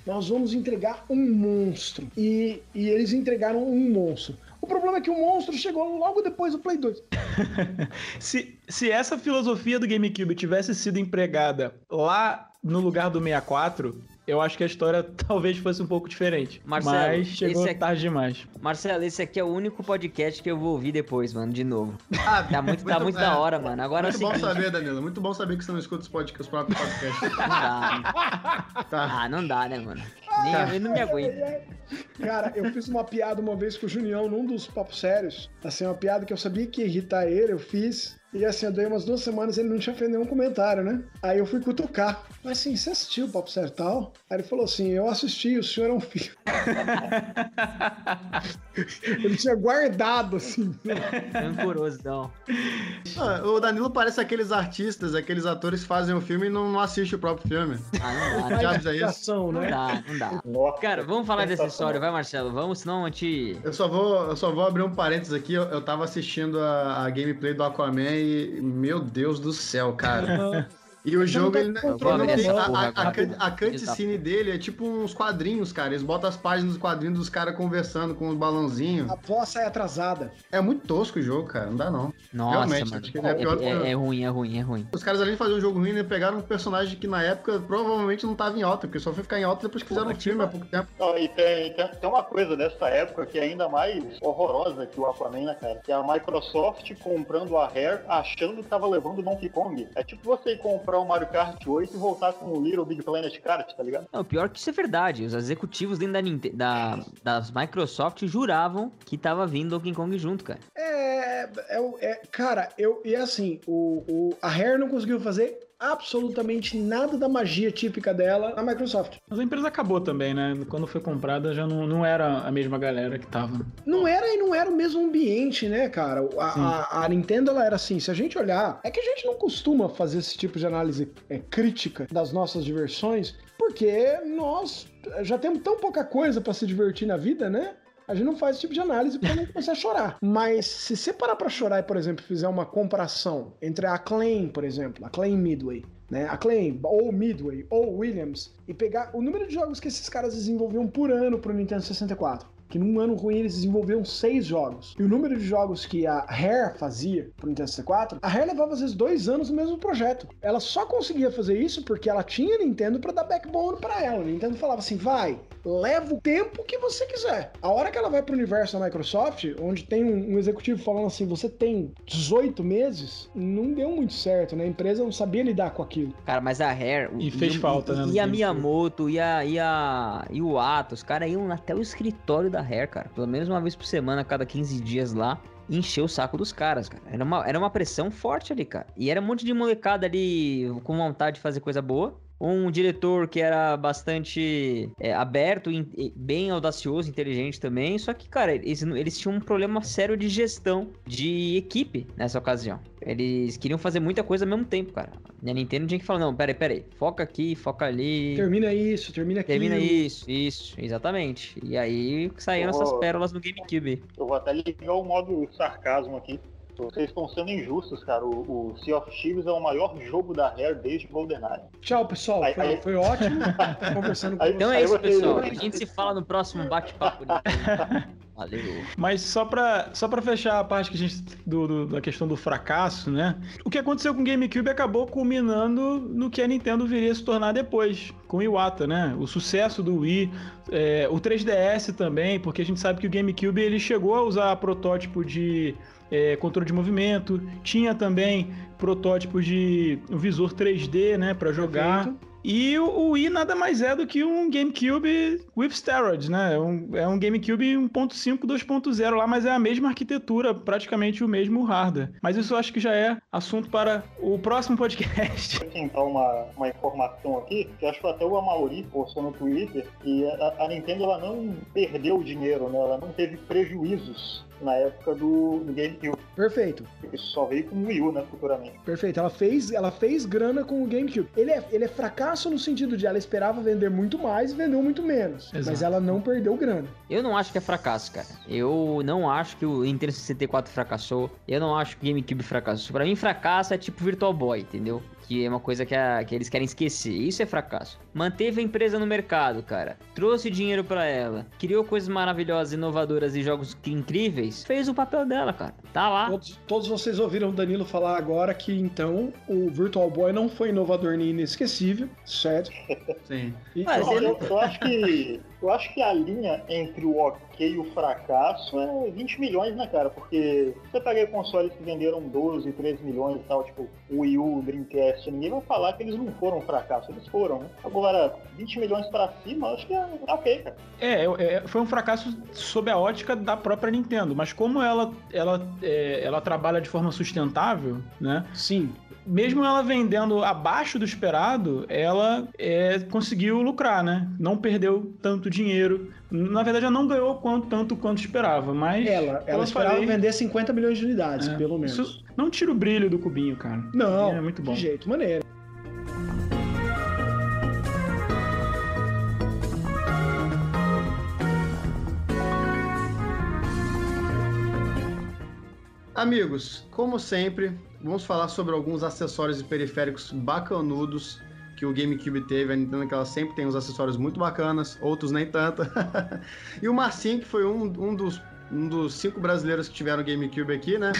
E eles entregaram um monstro. O problema é que o monstro chegou logo depois do Play 2.
Se essa filosofia do GameCube tivesse sido empregada lá no lugar do 64, eu acho que a história talvez fosse um pouco diferente.
Marcelo,
mas chegou tarde demais.
Marcelo, esse aqui é o único podcast que eu vou ouvir depois, mano, de novo. Tá muito da hora, mano. Agora
muito bom saber, Danilo. Muito bom saber que você não escuta os próprios podcasts.
Não dá. Tá. Não dá, né, mano? Eu não me aguento.
Cara, eu fiz uma piada uma vez com o Junião, num dos papos sérios. Assim, uma piada que eu sabia que ia irritar ele, eu fiz. E assim, eu dei umas 2 semanas e ele não tinha feito nenhum comentário, né? Aí eu fui cutucar. Mas assim, você assistiu o Papo Sério e tal? Aí ele falou assim, eu assisti, o senhor é um filho. Ele tinha guardado, assim.
Rancorosão.
O Danilo parece aqueles artistas, aqueles atores que fazem o filme e não assistem o próprio filme.
Não dá,
Diabos é isso?
Não dá.
Nossa,
Cara, vamos falar dessa história, vai, Marcelo. Vamos, senão a gente...
Eu só vou abrir um parênteses aqui. Eu tava assistindo a gameplay do Aquaman e, meu Deus do céu, cara. E o jogo, ele a cutscene dele é tipo uns quadrinhos, cara. Eles botam as páginas dos quadrinhos dos caras conversando com os balãozinhos.
A voz sai atrasada.
É muito tosco o jogo, cara. Não dá, não.
Nossa,
realmente,
mano.
acho que é pior
É ruim.
Os caras, além de fazer um jogo ruim, né, pegaram um personagem que na época provavelmente não tava em alta, porque só foi ficar em alta depois que fizeram o filme há pouco tempo.
Não, e tem uma coisa dessa época que é ainda mais horrorosa que o Aquaman, né, cara? Que é a Microsoft comprando a Rare achando que tava levando o Donkey Kong. É tipo você ir comprar o Mario Kart 8 e voltar com o Little Big Planet Kart, tá ligado?
Não, pior que isso é verdade. Os executivos dentro das Microsoft juravam que tava vindo Donkey Kong junto, cara.
Cara, e assim, a Rare não conseguiu fazer absolutamente nada da magia típica dela na Microsoft.
Mas a empresa acabou também, né? Quando foi comprada já não era a mesma galera que tava.
Não era o mesmo ambiente, né, cara? A Nintendo, ela era assim, se a gente olhar... É que a gente não costuma fazer esse tipo de análise crítica das nossas diversões, porque nós já temos tão pouca coisa pra se divertir na vida, né? A gente não faz esse tipo de análise pra não começar a chorar. Mas se você parar pra chorar e, por exemplo, fizer uma comparação entre a Acclaim, por exemplo, Acclaim Midway, né? Acclaim, ou Midway, ou Williams, e pegar o número de jogos que esses caras desenvolviam por ano pro Nintendo 64, que num ano ruim eles desenvolviam 6 jogos, e o número de jogos que a Rare fazia pro Nintendo 64, a Rare levava às vezes 2 anos no mesmo projeto. Ela só conseguia fazer isso porque ela tinha Nintendo pra dar backbone pra ela. A Nintendo falava assim, vai, leva o tempo que você quiser. A hora que ela vai pro universo da Microsoft, onde tem um executivo falando assim, você tem 18 meses, não deu muito certo, né? A empresa não sabia lidar com aquilo.
Cara, mas a Rare...
E fez falta, né?
E a Miyamoto, e o Ato, os caras iam até o escritório da Rare, cara. Pelo menos uma vez por semana, a cada 15 dias lá, encher o saco dos caras, cara. Era uma pressão forte ali, cara. E era um monte de molecada ali com vontade de fazer coisa boa. Um diretor que era bastante aberto, bem audacioso, inteligente também. Só que, cara, eles tinham um problema sério de gestão de equipe nessa ocasião. Eles queriam fazer muita coisa ao mesmo tempo, cara. E a Nintendo tinha que falar, não, peraí. Foca aqui, foca ali.
Termina isso, termina aquilo.
Termina isso, exatamente. E aí saíram essas pérolas no GameCube.
Eu vou até ligar o modo sarcasmo aqui. Vocês estão sendo injustos, cara. O Sea of Thieves é o maior jogo da Rare desde GoldenEye.
Tchau, pessoal. Foi ótimo estar conversando com vocês.
Então é isso, pessoal. A gente se fala no próximo bate-papo. Valeu.
Mas só pra fechar a parte que a gente da questão do fracasso, né? O que aconteceu com o GameCube acabou culminando no que a Nintendo viria a se tornar depois, com o Iwata, né? O sucesso do Wii, o 3DS também, porque a gente sabe que o GameCube ele chegou a usar protótipo de controle de movimento, tinha também protótipo de um visor 3D, né, para jogar. Perfeito. E o Wii nada mais é do que um GameCube with steroids, né? É um GameCube 1.5, 2.0 lá, mas é a mesma arquitetura, praticamente o mesmo hardware. Mas isso eu acho que já é assunto para o próximo podcast.
Vou tentar uma informação aqui, que acho que até o Amaury postou no Twitter, que a Nintendo ela não perdeu dinheiro, né? Ela não teve prejuízos na época do GameCube.
Perfeito.
Isso só veio com o Wii U, né, futuramente.
Perfeito. Ela fez grana com o GameCube. Ele é fracasso no sentido de ela esperava vender muito mais e vendeu muito menos. Exato. Mas ela não perdeu grana.
Eu não acho que é fracasso, cara. Eu não acho que o Nintendo 64 fracassou. Eu não acho que o GameCube fracassou. Pra mim, fracasso é tipo Virtual Boy, entendeu? Que é uma coisa que eles querem esquecer. Isso é fracasso. Manteve a empresa no mercado, cara. Trouxe dinheiro pra ela. Criou coisas maravilhosas, inovadoras e jogos incríveis. fez o papel dela, cara. Tá lá.
Todos vocês ouviram o Danilo falar agora que, então, o Virtual Boy não foi inovador nem inesquecível, certo?
Sim.
Mas
eu acho que a linha entre o ok e o fracasso é 20 milhões, né, cara? Porque você pega consoles que venderam 12, 13 milhões e tal, tipo o Wii U, o Dreamcast, ninguém vai falar que eles não foram um fracasso, eles foram, né? Agora, 20 milhões pra cima, acho que é ok, cara.
Foi um fracasso sob a ótica da própria Nintendo, mas como ela trabalha de forma sustentável, né?
Sim.
Mesmo ela vendendo abaixo do esperado, ela conseguiu lucrar, né? Não perdeu tanto dinheiro. Na verdade, ela não ganhou tanto quanto esperava, mas...
Ela esperava vender 50 milhões de unidades, pelo menos.
Isso não tira o brilho do cubinho, cara.
Não,
é muito bom.
De jeito maneiro.
Amigos, como sempre, vamos falar sobre alguns acessórios e periféricos bacanudos que o GameCube teve. A Nintendo, que ela sempre tem uns acessórios muito bacanas, outros nem tanto. E o Marcinho, que foi um dos 5 brasileiros que tiveram GameCube aqui, né?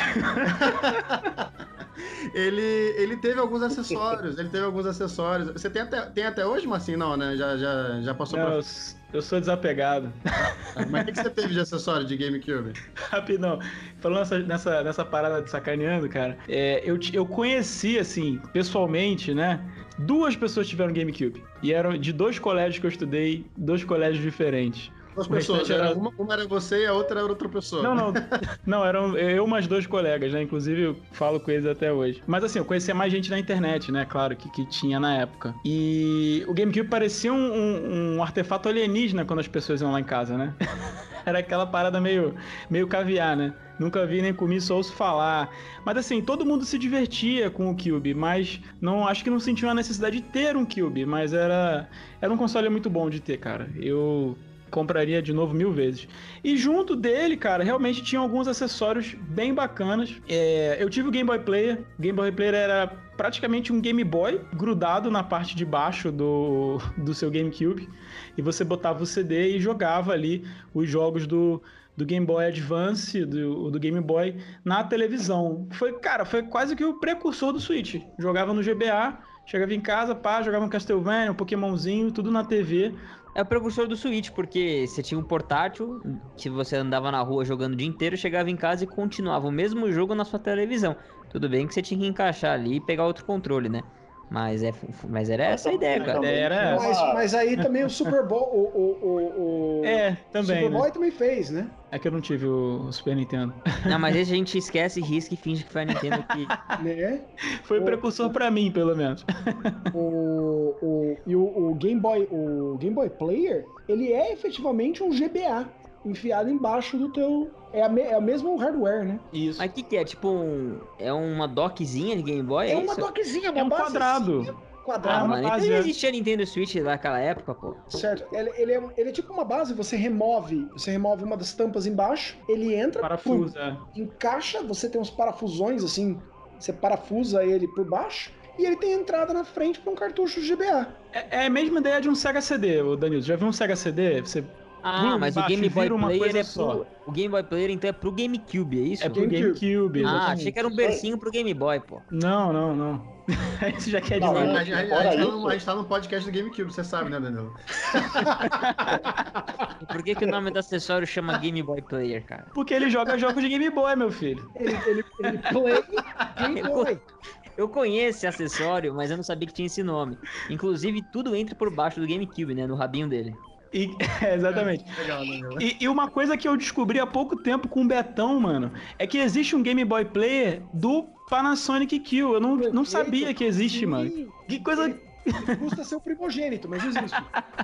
Ele teve alguns acessórios. Você tem até hoje, Marcinho? Não, né? Já passou
não, eu sou desapegado.
Mas o que você teve de acessório de GameCube?
Rapidão. Falando nessa parada de sacaneando, cara, eu conheci, assim, pessoalmente, né? 2 pessoas tiveram GameCube. E eram de 2 colégios que eu estudei, 2 colégios diferentes.
2 pessoas, uma era você e a outra era outra pessoa.
Não, eram eu mais 2 colegas, né? Inclusive eu falo com eles até hoje. Mas assim, eu conhecia mais gente na internet, né? Claro, que tinha na época. E o GameCube parecia um artefato alienígena quando as pessoas iam lá em casa, né? Era aquela parada meio caviar, né? Nunca vi nem comi, só ouço falar. Mas assim, todo mundo se divertia com o Cube, mas acho que não sentiu a necessidade de ter um Cube, mas era um console muito bom de ter, cara. Eu compraria de novo 1000 vezes. E junto dele, cara, realmente tinha alguns acessórios bem bacanas. Eu tive o Game Boy Player. O Game Boy Player era praticamente um Game Boy grudado na parte de baixo do seu GameCube. E você botava o CD e jogava ali os jogos do Game Boy Advance, do Game Boy na televisão. Foi quase que o precursor do Switch. Jogava no GBA, chegava em casa, jogava um Castlevania, um Pokémonzinho, tudo na TV.
É o precursor do Switch, porque você tinha um portátil, que você andava na rua jogando o dia inteiro, chegava em casa e continuava o mesmo jogo na sua televisão. Tudo bem que você tinha que encaixar ali e pegar outro controle, né? Mas era essa a ideia, cara.
Mas aí também o Super Boy,
também,
Super Boy
né?
também fez, né?
É que eu não tive o Super Nintendo.
Não, mas esse a gente esquece, risca e finge que foi a Nintendo que...
Né?
Foi precursor pra mim, pelo menos.
O Game Boy Player, ele é efetivamente um GBA enfiado embaixo do teu... É o mesmo hardware, né?
Isso.
Mas o que é? Tipo é uma dockzinha de Game Boy?
É uma dockzinha, uma
um
base
quadrado.
Assim, quadrado.
Mano, então já existia Nintendo Switch naquela época, pô.
Certo. Ele é tipo uma base, você remove uma das tampas embaixo, ele entra,
parafuso,
encaixa, você tem uns parafusões assim, você parafusa ele por baixo, e ele tem entrada na frente para um cartucho GBA.
É a mesma ideia de um Sega CD, o Danilo. Já viu um Sega CD? Você
mas o Game Boy Player
só.
O Game Boy Player então é pro GameCube, é isso?
É pro GameCube, exatamente.
Achei que era um bercinho pro Game Boy, pô.
Não. Isso já quer dizer.
A gente tá no podcast do GameCube, você sabe, né, Danilo?
Por que o nome do acessório chama Game Boy Player, cara?
Porque ele joga jogos de Game Boy, meu filho.
Ele play Game Boy.
Eu conheço esse acessório, mas eu não sabia que tinha esse nome. Inclusive, tudo entra por baixo do GameCube, né? No rabinho dele.
Exatamente.
Legal,
E uma coisa que eu descobri há pouco tempo com o Betão, mano, é que existe um Game Boy Player do Panasonic Q. Eu não sabia que existe, mano. Que coisa...
Custa ser o primogênito, mas existe.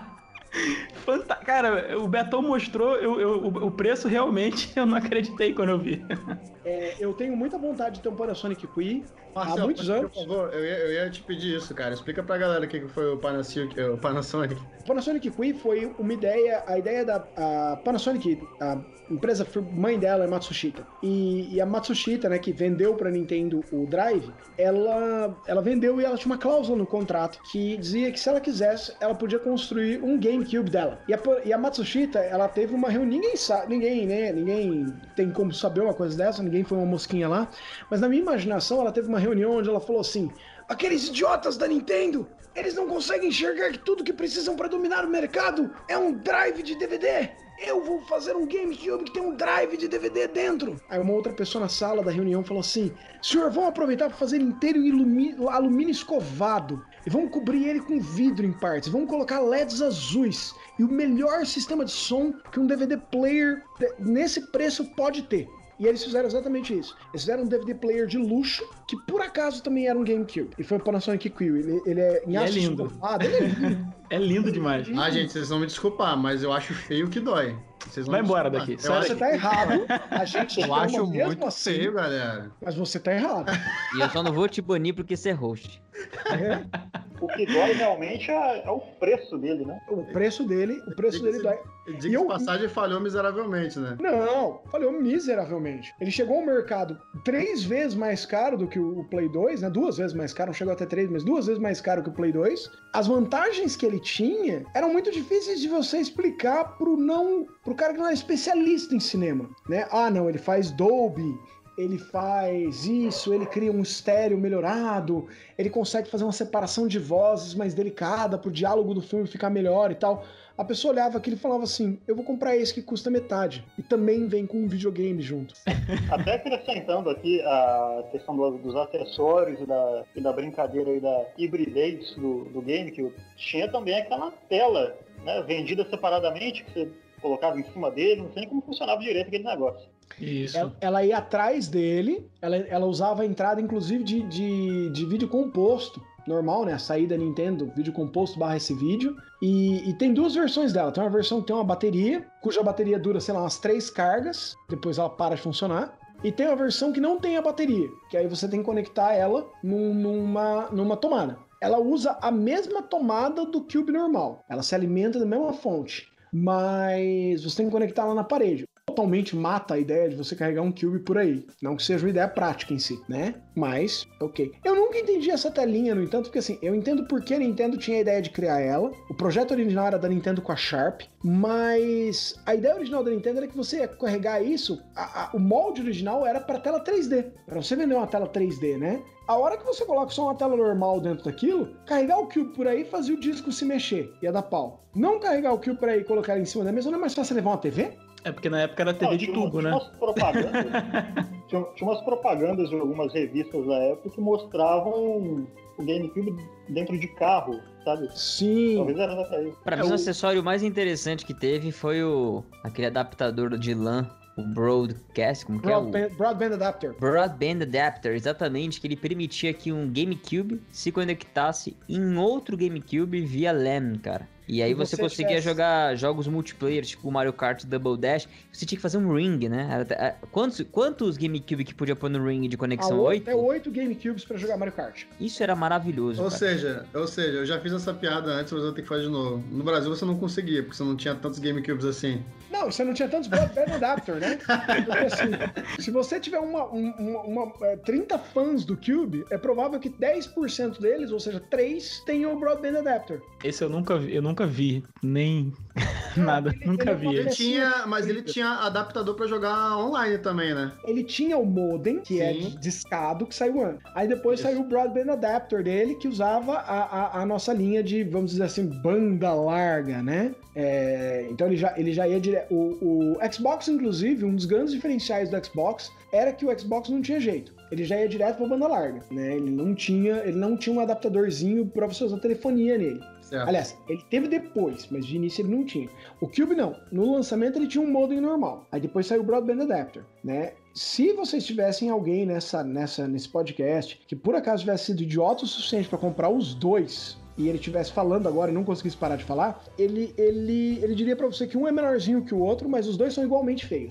Cara, o Betão mostrou o preço, realmente eu não acreditei quando eu vi.
Eu tenho muita vontade de ter um Panasonic Q
Marcelo,
há muitos anos.
Por favor, eu ia te pedir isso, cara. Explica pra galera o que foi o Panasonic. O
Panasonic Q foi uma ideia, a ideia da Panasonic, a empresa mãe dela é Matsushita. E a Matsushita, né, que vendeu pra Nintendo o Drive, ela vendeu e ela tinha uma cláusula no contrato que dizia que se ela quisesse, ela podia construir um Game GameCube dela. E a Matsushita, ela teve uma reunião, ninguém tem como saber uma coisa dessa, ninguém foi uma mosquinha lá, mas na minha imaginação ela teve uma reunião onde ela falou assim: aqueles idiotas da Nintendo, eles não conseguem enxergar que tudo que precisam para dominar o mercado é um drive de DVD. Eu vou fazer um GameCube que tem um drive de DVD dentro. Aí uma outra pessoa na sala da reunião falou assim: senhor, vamos aproveitar para fazer inteiro em alumínio escovado e vamos cobrir ele com vidro em partes. Vamos colocar LEDs azuis e o melhor sistema de som que um DVD player nesse preço pode ter. E eles fizeram exatamente isso. Eles fizeram um DVD player de luxo, que por acaso também era um GameCube. E foi o Panasonic Kiwi. Ele é em aço
lindo.
ele é lindo.
É lindo demais.
Ah, gente, vocês vão me desculpar, mas eu acho feio que dói.
Vai embora daqui.
Você tá errado. A gente
eu acho muito assim, feio, galera.
Mas você tá errado.
E eu só não vou te banir porque você é host.
O que dói realmente é o preço dele, né?
O preço dele dói.
Diga de passagem, falhou miseravelmente, né?
Não, falhou miseravelmente. Ele chegou ao mercado 3 vezes mais caro do que o Play 2, né? 2 vezes mais caro, não chegou até 3, mas 2 vezes mais caro que o Play 2. As vantagens que ele tinha eram muito difíceis de você explicar pro cara que não é especialista em cinema, né? Ah, não, ele faz Dolby, ele faz isso, ele cria um estéreo melhorado, ele consegue fazer uma separação de vozes mais delicada pro diálogo do filme ficar melhor e tal. A pessoa olhava aquilo e falava assim: eu vou comprar esse que custa metade. E também vem com um videogame junto.
Até acrescentando aqui a questão dos acessórios e da brincadeira e da hibridez do game, que tinha também aquela tela, né, vendida separadamente, que você colocava em cima dele, não sei nem como funcionava direito aquele negócio.
Isso.
Ela ia atrás dele, ela usava a entrada, inclusive, de vídeo composto. Normal, né? A saída Nintendo, vídeo composto / esse vídeo. E tem 2 versões dela. Tem uma versão que tem uma bateria, cuja bateria dura, sei lá, umas 3 cargas. Depois ela para de funcionar. E tem uma versão que não tem a bateria, que aí você tem que conectar ela numa tomada. Ela usa a mesma tomada do Cube normal. Ela se alimenta da mesma fonte. Mas você tem que conectar ela na parede. Totalmente mata a ideia de você carregar um Cube por aí. Não que seja uma ideia prática em si, né? Mas, ok. Eu nunca entendi essa telinha, no entanto, porque assim, eu entendo por que a Nintendo tinha a ideia de criar ela. O projeto original era da Nintendo com a Sharp, mas a ideia original da Nintendo era que você ia carregar isso, o molde original era para tela 3D. Para você vender uma tela 3D, né? A hora que você coloca só uma tela normal dentro daquilo, carregar o Cube por aí fazia o disco se mexer, ia dar pau. Não carregar o Cube por aí e colocar ele em cima da mesa, não é mais fácil levar uma TV?
É porque na época era TV de tubo, né?
Tinha umas propagandas de algumas revistas da época que mostravam o GameCube dentro de carro, sabe?
Sim.
Talvez era pra isso.
Pra mim, o acessório mais interessante que teve foi aquele adaptador de LAN, o Broadcast, como que é?
Broadband Adapter.
Broadband Adapter, exatamente, que ele permitia que um GameCube se conectasse em outro GameCube via LAN, cara. E aí você conseguia jogar jogos multiplayer, tipo o Mario Kart Double Dash. Você tinha que fazer um ring, né? Quantos GameCube que podia pôr no ring de conexão? 8?
Até 8 GameCubes pra jogar Mario Kart.
Isso era maravilhoso,
Ou seja, eu já fiz essa piada antes, mas eu tenho que fazer de novo. No Brasil você não conseguia, porque você não tinha tantos GameCubes assim.
Não, você não tinha tantos Broadband Adapter, né? Porque assim, se você tiver 30 fãs do Cube, é provável que 10% deles, ou seja, 3, tenham o Broadband Adapter.
Esse eu nunca vi, nem nada, nunca vi.
Ele tinha adaptador pra jogar online também, né?
Ele tinha o modem, que é discado, que saiu antes. Aí depois saiu o Broadband Adapter dele, que usava a nossa linha de, vamos dizer assim, banda larga, né? Então ele já ia direto. O Xbox, inclusive, um dos grandes diferenciais do Xbox era que o Xbox não tinha jeito. Ele já ia direto pra banda larga, né? Ele não tinha um adaptadorzinho pra você usar telefonia nele. Certo. Aliás, ele teve depois, mas de início ele não tinha. O Cube não. No lançamento ele tinha um modem normal. Aí depois saiu o Broadband Adapter, né? Se vocês tivessem alguém nesse podcast que por acaso tivesse sido idiota o suficiente para comprar os dois e ele estivesse falando agora e não conseguisse parar de falar, ele diria pra você que um é menorzinho que o outro, mas os dois são igualmente feios.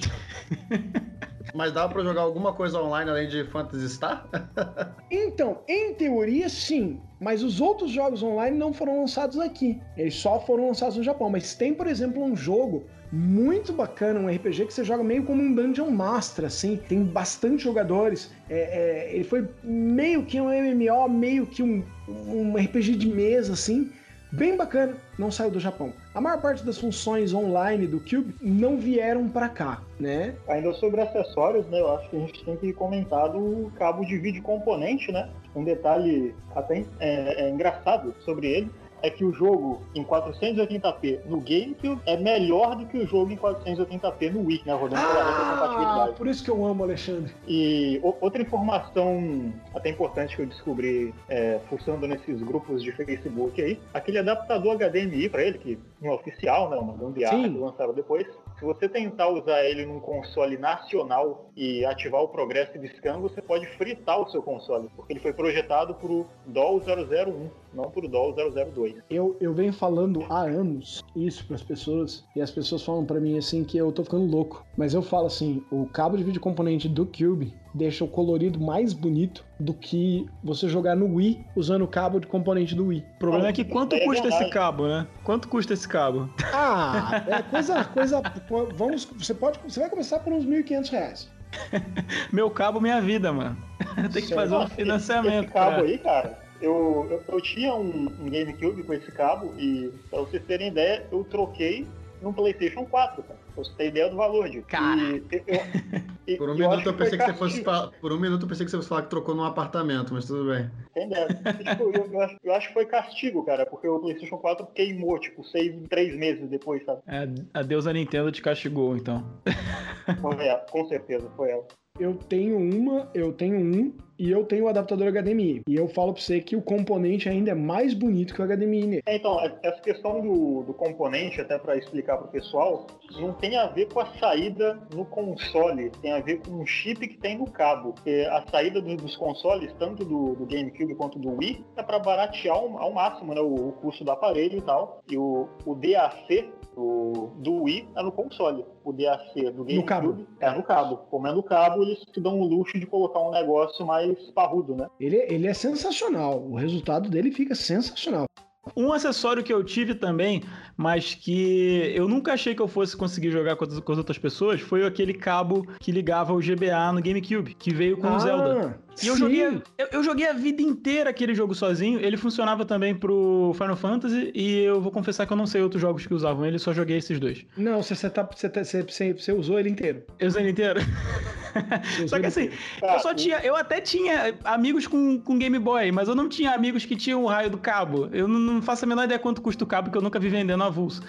Mas dava pra jogar alguma coisa online além de Phantasy Star?
Então, em teoria, sim. Mas os outros jogos online não foram lançados aqui. Eles só foram lançados no Japão. Mas tem, por exemplo, um jogo muito bacana, um RPG que você joga meio como um Dungeon Master, assim. Tem bastante jogadores. Ele foi meio que um MMO, meio que um RPG de mesa, assim. bem bacana, não saiu do Japão. A maior parte das funções online do Cube não vieram para cá, né?
Ainda sobre acessórios, né, eu acho que a gente tem que comentar do cabo de vídeo componente, né? Um detalhe até engraçado sobre ele é que o jogo em 480p no GameCube é melhor do que o jogo em 480p no Wii, né? Rodando pela retrocompatibilidade.
Por isso que eu amo, Alexandre.
E outra informação até importante que eu descobri fuçando nesses grupos de Facebook aí, aquele adaptador HDMI para ele, que não é oficial, né? Uma gambiarra que lançaram depois. Se você tentar usar ele num console nacional e ativar o Progressive Scan, você pode fritar o seu console, porque ele foi projetado para o DOL 001, não para o DOL 002.
Eu venho falando há anos isso para as pessoas, e as pessoas falam para mim assim que eu tô ficando louco. Mas eu falo assim, o cabo de vídeo componente do Cube deixa o colorido mais bonito do que você jogar no Wii usando o cabo de componente do Wii.
O problema é que quanto custa esse cabo, né? Quanto custa esse cabo?
Coisa... Você vai começar por uns R$1.500.
Meu cabo, minha vida, mano. Tem que fazer um financiamento.
Esse cabo aí, cara, eu tinha um GameCube com esse cabo e, pra vocês terem ideia, eu troquei num PlayStation 4, cara. Pra você ter ideia do valor disso.
Cara.
Por um minuto eu pensei que você fosse falar que trocou num apartamento, mas tudo bem.
Entendeu? Eu acho que foi castigo, cara, porque o PlayStation 4 queimou, tipo, 3 meses depois, sabe?
Adeus a Nintendo te castigou, então.
Foi ela, com certeza, foi ela.
Eu tenho um e eu tenho o adaptador HDMI. E eu falo pra você que o componente ainda é mais bonito que o HDMI nele.
Então, essa questão do componente, até para explicar pro pessoal, não tem a ver com a saída no console, tem a ver com o chip que tem no cabo. Porque a saída dos consoles, tanto do GameCube quanto do Wii, é para baratear ao máximo, né, o custo do aparelho e tal. E o DAC do Wii é no console. O DAC do GameCube é no cabo. Como é no cabo, eles te dão o luxo de colocar um negócio mais parrudo, né?
Ele é sensacional. O resultado dele fica sensacional.
Um acessório que eu tive também, mas que eu nunca achei que eu fosse conseguir jogar com as outras pessoas, foi aquele cabo que ligava o GBA no GameCube, que veio com o Zelda. E eu joguei a vida inteira aquele jogo sozinho. Ele funcionava também pro Final Fantasy, e eu vou confessar que eu não sei outros jogos que usavam ele, só joguei esses dois.
Não, você usou ele inteiro.
Eu usei ele inteiro? Só que assim, eu até tinha amigos com Game Boy, mas eu não tinha amigos que tinham o raio do cabo. Eu não faço a menor ideia quanto custa o cabo, que eu nunca vi vendendo avulso.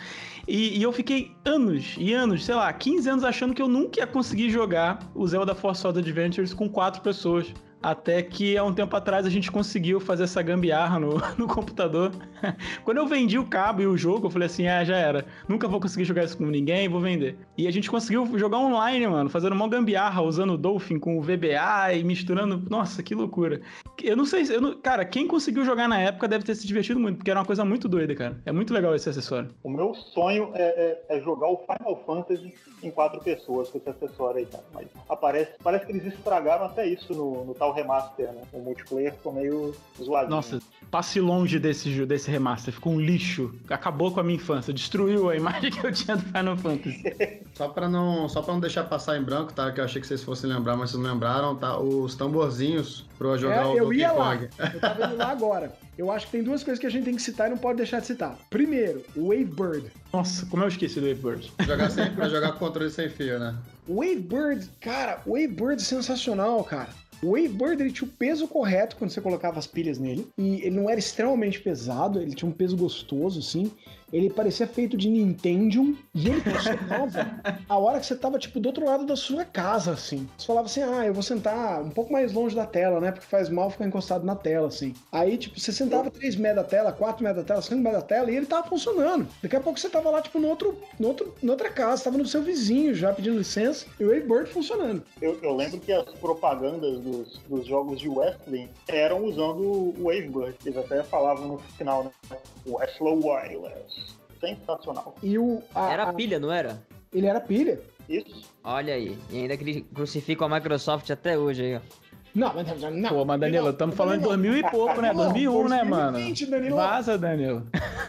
E eu fiquei anos e anos, sei lá, 15 anos achando que eu nunca ia conseguir jogar o Zelda Force World Adventures com 4 pessoas. Até que há um tempo atrás a gente conseguiu fazer essa gambiarra no computador. Quando eu vendi o cabo e o jogo, eu falei assim, já era. Nunca vou conseguir jogar isso com ninguém, vou vender. E a gente conseguiu jogar online, mano, fazendo uma gambiarra, usando o Dolphin com o VBA e misturando... Nossa, que loucura. Eu não sei, cara, quem conseguiu jogar na época deve ter se divertido muito, porque era uma coisa muito doida, cara. É muito legal esse acessório.
O meu sonho é jogar o Final Fantasy em 4 pessoas com esse acessório aí, cara. Mas parece que eles estragaram até isso no tal remaster, né? O multiplayer ficou meio zoadinho.
Nossa, passe longe desse remaster, ficou um lixo, acabou com a minha infância, destruiu a imagem que eu tinha do Final Fantasy.
Só pra não deixar passar em branco, tá? Que eu achei que vocês fossem lembrar, mas vocês não lembraram, tá? Os tamborzinhos pra jogar o Donkey Kong.
Eu tava indo lá agora. Eu acho que tem 2 coisas que a gente tem que citar e não pode deixar de citar. Primeiro, o Wavebird.
Nossa, como eu esqueci do Wavebird.
Pra jogar com controle sem fio, né?
O Wavebird, cara, o Wavebird é sensacional, cara. O Wavebird, ele tinha o peso correto quando você colocava as pilhas nele, e ele não era extremamente pesado, ele tinha um peso gostoso, assim. Ele parecia feito de Nintendium, e ele funcionava a hora que você tava, tipo, do outro lado da sua casa, assim. Você falava assim, eu vou sentar um pouco mais longe da tela, né, porque faz mal ficar encostado na tela, assim. Aí, tipo, você sentava 3 metros da tela, 4 metros da tela, 5 metros da tela, e ele tava funcionando. Daqui a pouco você tava lá, tipo, na outra casa, tava no seu vizinho já pedindo licença, e o Wavebird funcionando.
Eu lembro que as propagandas dos jogos de wrestling eram usando o Wavebird. Eles até falavam no final, né? O Slow Wireless. Sensacional.
E
era pilha, não era?
Ele era pilha.
Isso.
Olha aí. E ainda que ele crucifica a Microsoft até hoje aí, ó.
Não.
Pô, mas Danilo, estamos falando de 2000 e pouco, né? 2001, né, mano?
Danilo.
Vaza, Danilo.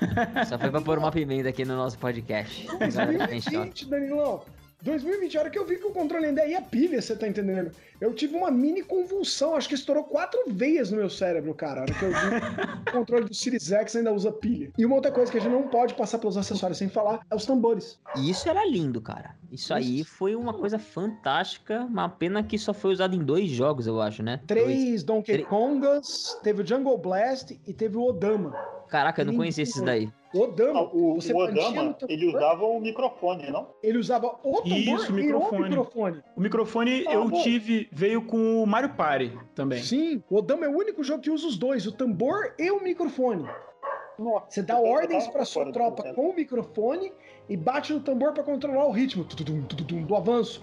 Só foi pra pôr uma pimenta aqui no nosso podcast.
2020, Danilo. 2020, a hora que eu vi que o controle ainda ia pilha, você tá entendendo? Eu tive uma mini convulsão, acho que estourou 4 veias no meu cérebro, cara, na hora que eu vi o controle do Series X ainda usa pilha. E uma outra coisa que a gente não pode passar pelos acessórios sem falar é os tambores.
E isso era lindo, cara. Isso aí foi uma coisa fantástica, uma pena que só foi usado em 2 jogos, eu acho, né?
3 Donkey Kongas, teve o Jungle Blast e teve o Odama.
Caraca, eu não conhecia esses daí.
O Odama,
O Odama, ele usava o microfone, não?
Ele usava o tambor
Isso,
e o microfone.
O microfone veio com o Mario Party também.
Sim, o Odama é o único jogo que usa os dois, o tambor e o microfone.
Nossa,
Você dá ordens pra sua tropa com o microfone e bate no tambor pra controlar o ritmo do avanço.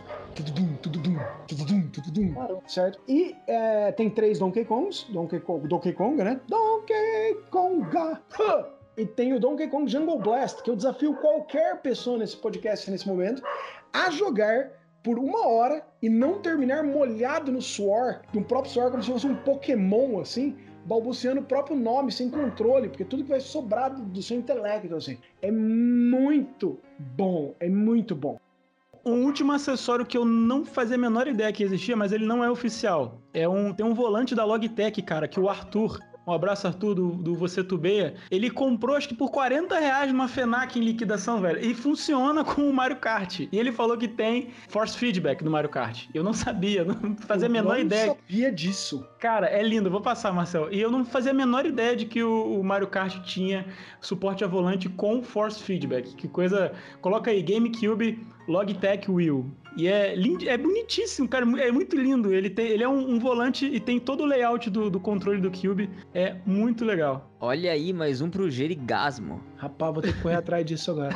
Certo? E tem 3 Donkey Kongs. Donkey Konga, né? Donkey Konga! E tem o Donkey Kong Jungle Blast, que eu desafio qualquer pessoa nesse podcast, nesse momento, a jogar por 1 hora e não terminar molhado no suor, no próprio suor, como se fosse um Pokémon, assim, balbuciando o próprio nome, sem controle, porque tudo que vai sobrar do seu intelecto, assim. É muito bom, é muito bom.
Um último acessório que eu não fazia a menor ideia que existia, mas ele não é oficial. Tem um volante da Logitech, cara, que o Arthur... Um abraço, Arthur, do Você Tubeia. Ele comprou, acho que por R$40 numa FENAC em liquidação, velho. E funciona com o Mario Kart. E ele falou que tem force feedback no Mario Kart. Eu não sabia, não fazia a menor ideia.
Eu não sabia disso.
Cara, é lindo. Vou passar, Marcel. E eu não fazia a menor ideia de que o Mario Kart tinha suporte a volante com force feedback. Que coisa... Coloca aí, GameCube Logitech Wheel. E é lindo, é bonitíssimo, cara, é muito lindo. Ele é um volante e tem todo o layout do controle do Cube. É muito legal.
Olha aí, mais um pro Gerigasmo.
Rapaz, vou ter que correr atrás disso agora.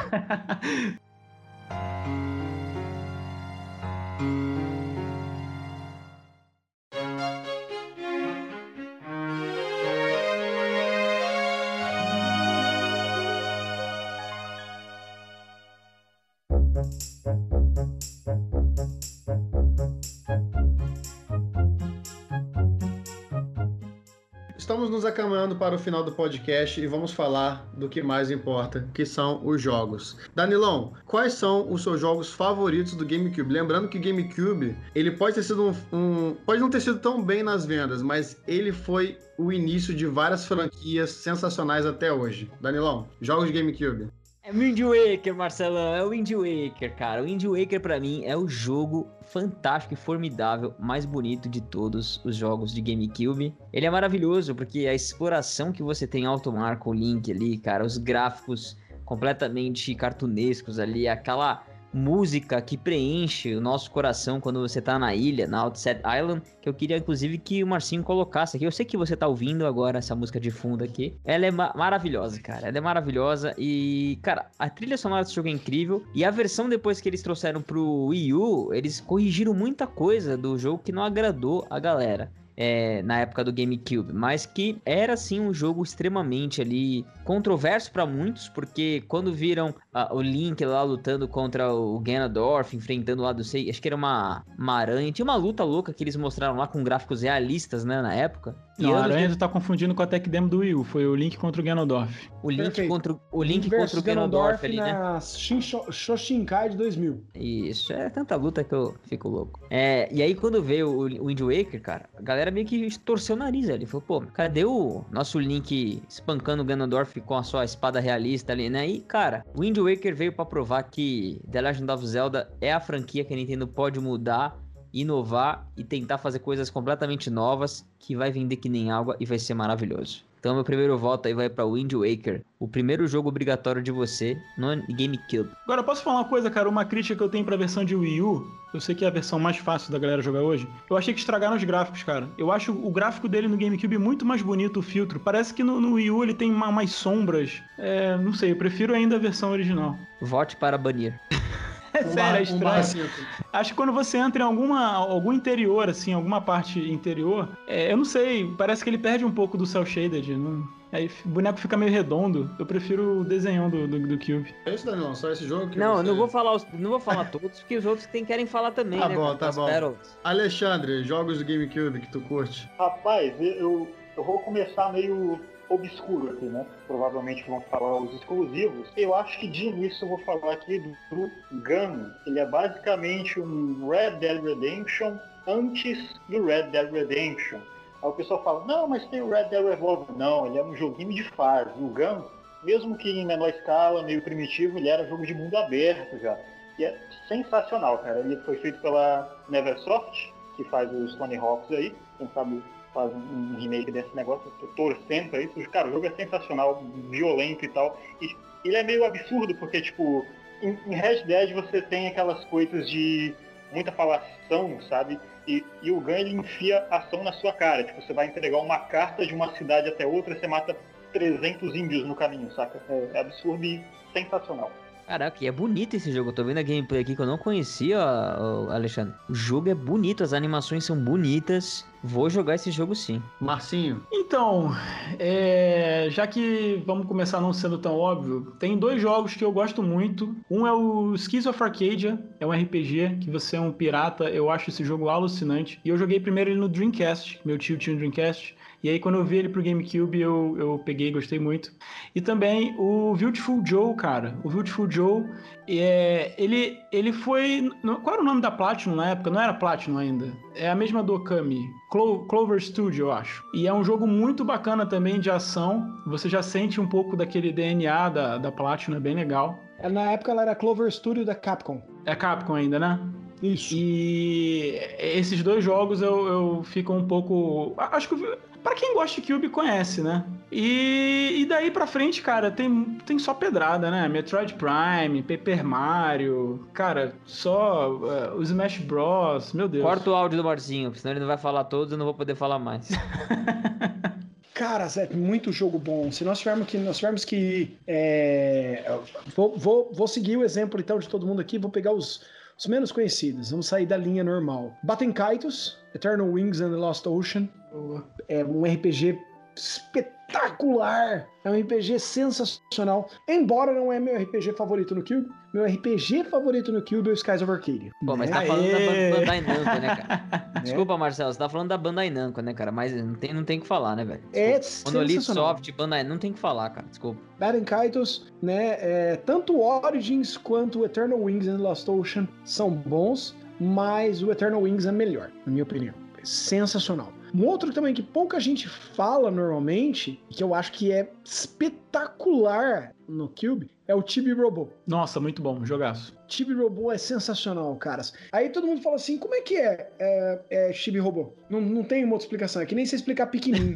Estamos nos acaminhando para o final do podcast e vamos falar do que mais importa, que são os jogos. Danilão, quais são os seus jogos favoritos do GameCube? Lembrando que o GameCube, ele pode ter sido pode não ter sido tão bem nas vendas, mas ele foi o início de várias franquias sensacionais até hoje. Danilão, jogos de GameCube.
É o Wind Waker, Marcelão, é o Wind Waker, cara. O Wind Waker, pra mim, é o jogo fantástico e formidável, mais bonito de todos os jogos de GameCube. Ele é maravilhoso, porque a exploração que você tem alto mar com o Link ali, cara, os gráficos completamente cartunescos ali, aquela música que preenche o nosso coração quando você tá na ilha, na Outset Island, que eu queria inclusive que o Marcinho colocasse aqui. Eu sei que você tá ouvindo agora essa música de fundo aqui. Ela é maravilhosa, cara. Ela é maravilhosa e, cara, a trilha sonora desse jogo é incrível. E a versão depois que eles trouxeram pro Wii U, eles corrigiram muita coisa do jogo que não agradou a galera. Na época do GameCube, mas que era sim um jogo extremamente ali controverso para muitos, porque quando viram o Link lá lutando contra o Ganondorf, enfrentando lá acho que era uma aranha, tinha uma luta louca que eles mostraram lá com gráficos realistas, né, na época.
Não, a aranha tu tá confundindo com a Tech Demo do Wii U, foi o Link contra o Ganondorf.
O Link contra o Ganondorf ali, né?
Na Shoshinkai de 2000.
Isso, é tanta luta que eu fico louco. E aí quando veio o Wind Waker, cara, a galera meio que torceu o nariz ali. Falou, pô, cadê o nosso Link espancando o Ganondorf com a sua espada realista ali, né? E, cara, o Wind Waker veio pra provar que The Legend of Zelda é a franquia que a Nintendo pode mudar, inovar e tentar fazer coisas completamente novas, que vai vender que nem água e vai ser maravilhoso. Então meu primeiro voto aí vai pra Wind Waker, o primeiro jogo obrigatório de você no GameCube.
Agora, posso falar uma coisa, cara? Uma crítica que eu tenho pra versão de Wii U, eu sei que é a versão mais fácil da galera jogar hoje, eu achei que estragaram os gráficos, cara. Eu acho o gráfico dele no GameCube muito mais bonito, o filtro. Parece que no Wii U ele tem mais sombras. Não sei, eu prefiro ainda a versão original.
Vote para banir.
É sério, é estranho. Acho que quando você entra em algum interior, assim, alguma parte interior, eu não sei, parece que ele perde um pouco do cel shaded. Aí o boneco fica meio redondo. Eu prefiro o desenhão do Cube.
É isso, Danilão? Só esse jogo que
não vou falar todos, porque os outros querem falar também, né?
Tá bom. Alexandre, jogos do GameCube que tu curte?
Rapaz, eu vou começar meio obscuro aqui, né? Provavelmente vão falar os exclusivos. Eu acho que de início eu vou falar aqui do Gano. Ele é basicamente um Red Dead Redemption antes do Red Dead Redemption. Aí o pessoal fala, não, mas tem o Red Dead Revolver. Não, ele é um joguinho de fase. O Gun, mesmo que em menor escala, meio primitivo, ele era um jogo de mundo aberto já. E é sensacional, cara. Ele foi feito pela Neversoft, que faz os Tony Hawks aí. Quem sabe faz um remake desse negócio. Eu tô torcendo pra isso. Cara, o jogo é sensacional, violento e tal. E ele é meio absurdo, porque, tipo, em Red Dead você tem aquelas coisas de muita falação, sabe? E o Gun, ele enfia ação na sua cara. Tipo, você vai entregar uma carta de uma cidade até outra, você mata 300 índios no caminho, saca? É absurdo e sensacional.
Caraca, e é bonito esse jogo. Eu tô vendo a gameplay aqui que eu não conhecia, Alexandre. O jogo é bonito, as animações são bonitas. Vou jogar esse jogo sim.
Marcinho.
Então, já que vamos começar não sendo tão óbvio, tem 2 jogos que eu gosto muito. Um é o Skies of Arcadia, é um RPG que você é um pirata. Eu acho esse jogo alucinante. E eu joguei primeiro ele no Dreamcast, meu tio tinha um Dreamcast. E aí quando eu vi ele pro GameCube, eu peguei e gostei muito. E também o Beautiful Joe, cara. O Beautiful Joe, ele foi... Qual era o nome da Platinum na época? Não era Platinum ainda. É a mesma do Okami. Clover Studio, eu acho. E é um jogo muito bacana também de ação. Você já sente um pouco daquele DNA da Platinum, é bem legal.
Na época ela era Clover Studio da Capcom.
É Capcom ainda, né?
Isso.
E esses 2 jogos eu fico um pouco... Acho que pra quem gosta de Cube conhece, né? E daí pra frente, cara, tem só pedrada, né? Metroid Prime, Paper Mario, cara, só o Smash Bros, meu Deus.
Corta o áudio do Marcinho, senão ele não vai falar todos e eu não vou poder falar mais.
Cara, Zé, muito jogo bom. Se nós tivermos que vou seguir o exemplo então de todo mundo aqui, vou pegar os menos conhecidos, vamos sair da linha normal. Baten Kaitos, Eternal Wings and the Lost Ocean, é um RPG espetacular, é um RPG sensacional, embora não é meu RPG favorito no Cube. Meu RPG favorito no Cube é o Skies of Arcadia.
Pô, mas tá falando da Bandai Namco, né, cara? Desculpa, Marcelo, você tá falando da Bandai Namco, né, cara? Mas não tem que falar, né, velho? Monolith Soft, Bandai, não tem que falar, cara, desculpa.
Baten Kaitos, né, tanto o Origins quanto o Eternal Wings and the Lost Ocean são bons, mas o Eternal Wings é melhor, na minha opinião. É sensacional. Um outro também que pouca gente fala normalmente, que eu acho que é espetacular no Cube, é o Chibi Robo.
Nossa, muito bom, jogaço.
Chibi Robo é sensacional, caras. Aí todo mundo fala assim, como é que é Chibi Robo? Não tem uma outra explicação, é que nem você explicar Pikmin.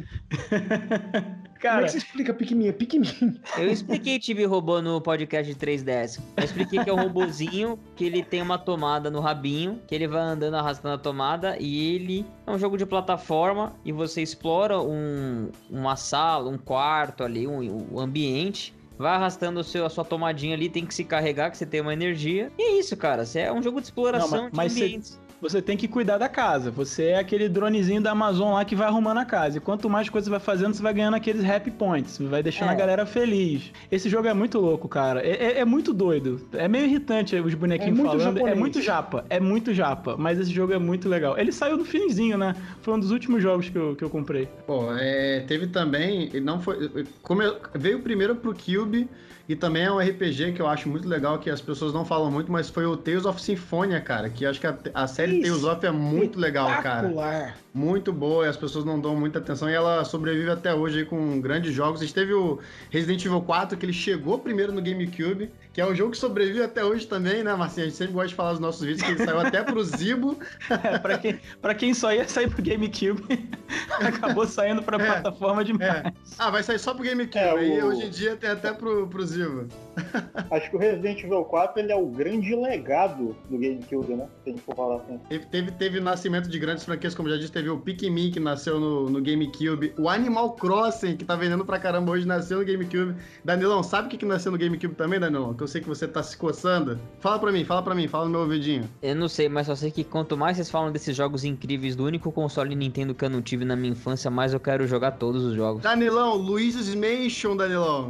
Cara,
como é que você explica Pikmin? É Pikmin.
Eu expliquei Chibi Robô no podcast de 3DS. Eu expliquei que é um robozinho, que ele tem uma tomada no rabinho, que ele vai andando arrastando a tomada, e ele é um jogo de plataforma, e você explora uma sala, um quarto ali, um ambiente, vai arrastando a sua tomadinha ali, tem que se carregar, que você tem uma energia. E é isso, cara. É um jogo de exploração de ambientes.
Você tem que cuidar da casa. Você é aquele dronezinho da Amazon lá que vai arrumando a casa. E quanto mais coisa você vai fazendo, você vai ganhando aqueles happy points. Vai deixando a galera feliz. Esse jogo é muito louco, cara. É muito doido. É meio irritante os bonequinhos falando. Japonês. É muito japa. Mas esse jogo é muito legal. Ele saiu no finzinho, né? Foi um dos últimos jogos que eu comprei.
Pô, teve também... Não foi... Veio primeiro pro Cube... E também é um RPG que eu acho muito legal, que as pessoas não falam muito, mas foi o Tales of Symphonia, cara. Que acho que a série Tales of é muito legal, cara. Muito boa, e as pessoas não dão muita atenção, e ela sobrevive até hoje aí com grandes jogos. A gente teve o Resident Evil 4, que ele chegou primeiro no GameCube, que é um jogo que sobrevive até hoje também, né, Marcinho? A gente sempre gosta de falar nos nossos vídeos, que ele saiu até pro Zibo.
Pra quem só ia sair pro GameCube, acabou saindo pra plataforma demais.
Vai sair só pro GameCube, e hoje em dia tem até pro Zibo.
Acho que o Resident Evil 4 ele é o grande legado do GameCube, né? Se a gente for falar assim.
Teve nascimento de grandes franquias, como já disse, teve o Pikmin, que nasceu no GameCube. O Animal Crossing, que tá vendendo pra caramba hoje, nasceu no GameCube. Danilão, sabe o que nasceu no GameCube também, Danilão? Que eu sei que você tá se coçando. Fala pra mim, fala no meu ouvidinho.
Eu não sei, mas só sei que quanto mais vocês falam desses jogos incríveis do único console Nintendo que eu não tive na minha infância, mais eu quero jogar todos os jogos.
Danilão, Luigi's Mansion, Danilão.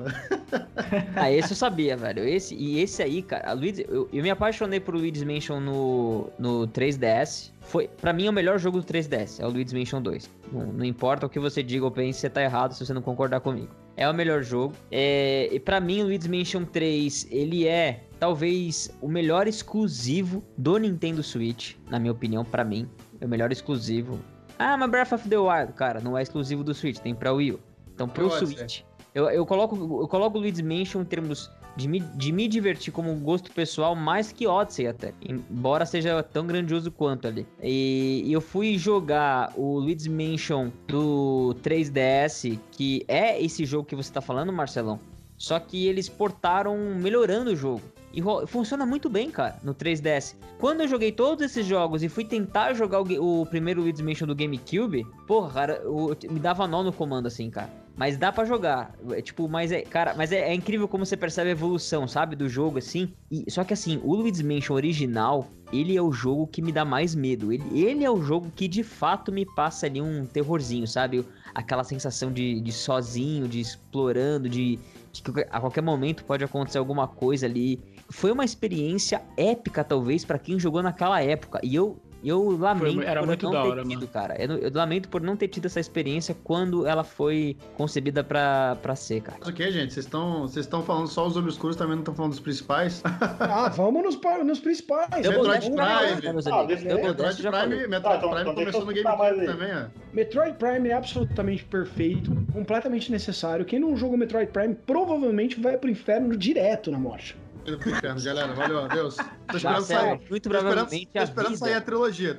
Esse eu sabia, velho. Esse aí, cara, eu me apaixonei por Luigi's Mansion no 3DS. Pra mim, é o melhor jogo do 3DS, é o Luigi's Mansion 2. Não importa o que você diga ou pense, você tá errado se você não concordar comigo. É o melhor jogo. E pra mim, o Luigi's Mansion 3, ele é talvez o melhor exclusivo do Nintendo Switch, na minha opinião, pra mim. é o melhor exclusivo. Ah, mas Breath of the Wild, cara, não é exclusivo do Switch, tem pra Wii U. Então pro Switch, eu coloco o Luigi's Mansion em termos de me divertir como gosto pessoal mais que Odyssey até, embora seja tão grandioso quanto ali. E eu fui jogar o Luigi's Mansion do 3DS, que é esse jogo que você tá falando, Marcelão, só que eles portaram melhorando o jogo. E funciona muito bem, cara, no 3DS. Quando eu joguei todos esses jogos e fui tentar jogar o primeiro Luigi's Mansion do GameCube, porra, cara, me dava nó no comando assim, cara. Mas dá pra jogar, mas é incrível como você percebe a evolução, sabe, do jogo, assim. Só que assim, o Luigi's Mansion original, ele é o jogo que me dá mais medo. Ele é o jogo que de fato me passa ali um terrorzinho, sabe? Aquela sensação de sozinho, de explorando, de que a qualquer momento pode acontecer alguma coisa ali. Foi uma experiência épica, talvez, pra quem jogou naquela época. E eu lamento por não ter tido, cara. Eu lamento por não ter tido essa experiência quando ela foi concebida pra ser, cara.
Mas o que, gente? Vocês estão falando só os obscuros, também não estão falando dos principais?
Vamos nos principais.
Metroid Prime.
Metroid
Prime começou no GameCube também, ó.
Metroid Prime é absolutamente perfeito, completamente necessário. Quem não jogou Metroid Prime provavelmente vai pro inferno direto na morte.
Galera, valeu, adeus. Tô esperando
sair. Muito provavelmente
tô esperando sair a trilogia.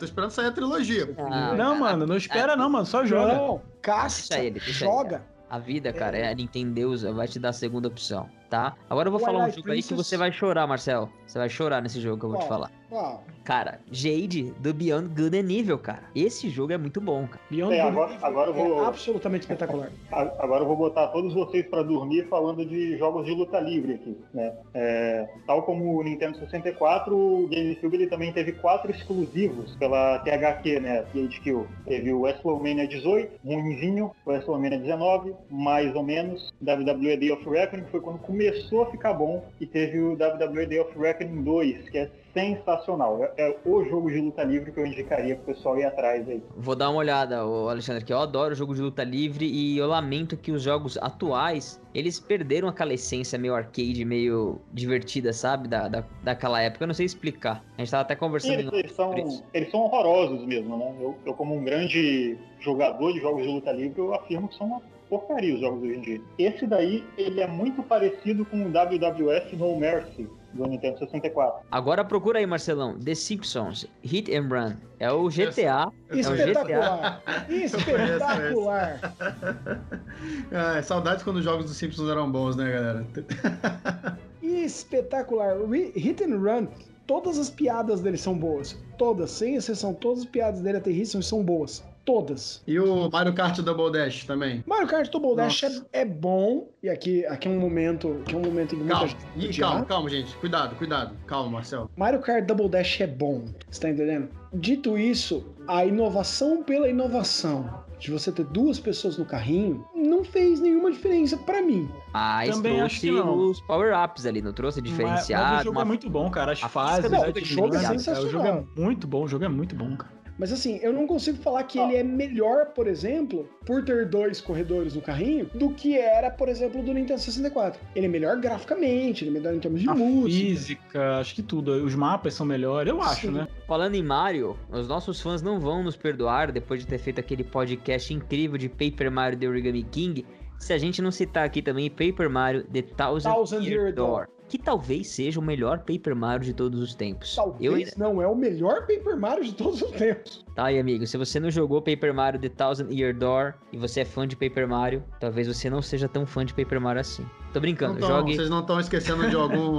Não, mano, não espera não, mano. Só joga.
Não, caça, joga.
A vida, cara, é Nintendo vai te dar a segunda opção, tá? Agora eu vou falar um jogo aí que você vai chorar, Marcel. Você vai chorar nesse jogo que eu vou te falar. Cara, Jade do Beyond Good and Evil, cara. Esse jogo é muito bom, cara.
Beyond agora eu vou... é absolutamente espetacular.
Agora eu vou botar todos vocês pra dormir falando de jogos de luta livre aqui, né? Tal como o Nintendo 64, o GameCube ele também teve 4 exclusivos pela THQ, né? THQ. Teve o WrestleMania 18, ruimzinho, o WrestleMania 19, mais ou menos, WWE Day of Reckoning, que foi quando começou a ficar bom, e teve o WWE Day of Reckoning 2, que é sensacional. É o jogo de luta livre que eu indicaria pro pessoal ir atrás aí.
Vou dar uma olhada, Alexandre, que eu adoro jogo de luta livre e eu lamento que os jogos atuais, eles perderam aquela essência meio arcade, meio divertida, sabe? Daquela época. Eu não sei explicar. A gente tava até conversando...
Eles são horrorosos mesmo, né? Eu como um grande jogador de jogos de luta livre, eu afirmo que são uma porcaria os jogos hoje em dia. Esse daí, ele é muito parecido com o WWF No Mercy, do Nintendo 64.
Agora procura aí, Marcelão. The Simpsons, Hit and Run. É o GTA.
Espetacular. Espetacular.
Saudades quando os jogos dos Simpsons eram bons, né, galera?
Espetacular. Hit and Run. Todas as piadas dele são boas. Todas, sem exceção. Todas as piadas dele aterrissam e são boas. Todas.
E o Mario Kart Double Dash também?
Mario Kart Double Dash é bom. E aqui é um momento em que muita gente...
Calma, gente. Cuidado. Calma, Marcel.
Mario Kart Double Dash é bom. Você tá entendendo? Dito isso, a inovação pela inovação de você ter 2 pessoas no carrinho não fez nenhuma diferença pra mim.
Mas
também
trouxe os power-ups ali, não trouxe diferenciado.
Mas o jogo é muito bom, cara. As fases...
O jogo é sensacional.
O jogo é muito bom, cara.
Mas assim, eu não consigo falar que ele é melhor, por exemplo, por ter 2 corredores no carrinho, do que era, por exemplo, do Nintendo 64. Ele é melhor graficamente, ele é melhor em termos de música.
Física, acho que tudo. Os mapas são melhores, eu acho, né?
Falando em Mario, os nossos fãs não vão nos perdoar, depois de ter feito aquele podcast incrível de Paper Mario The Origami King, se a gente não citar aqui também Paper Mario The Thousand Year Door, que talvez seja o melhor Paper Mario de todos os tempos.
Talvez não, é o melhor Paper Mario de todos os tempos.
Tá aí, amigo, se você não jogou Paper Mario The Thousand Year Door e você é fã de Paper Mario, talvez você não seja tão fã de Paper Mario assim. Tô brincando, jogue...
Vocês não estão esquecendo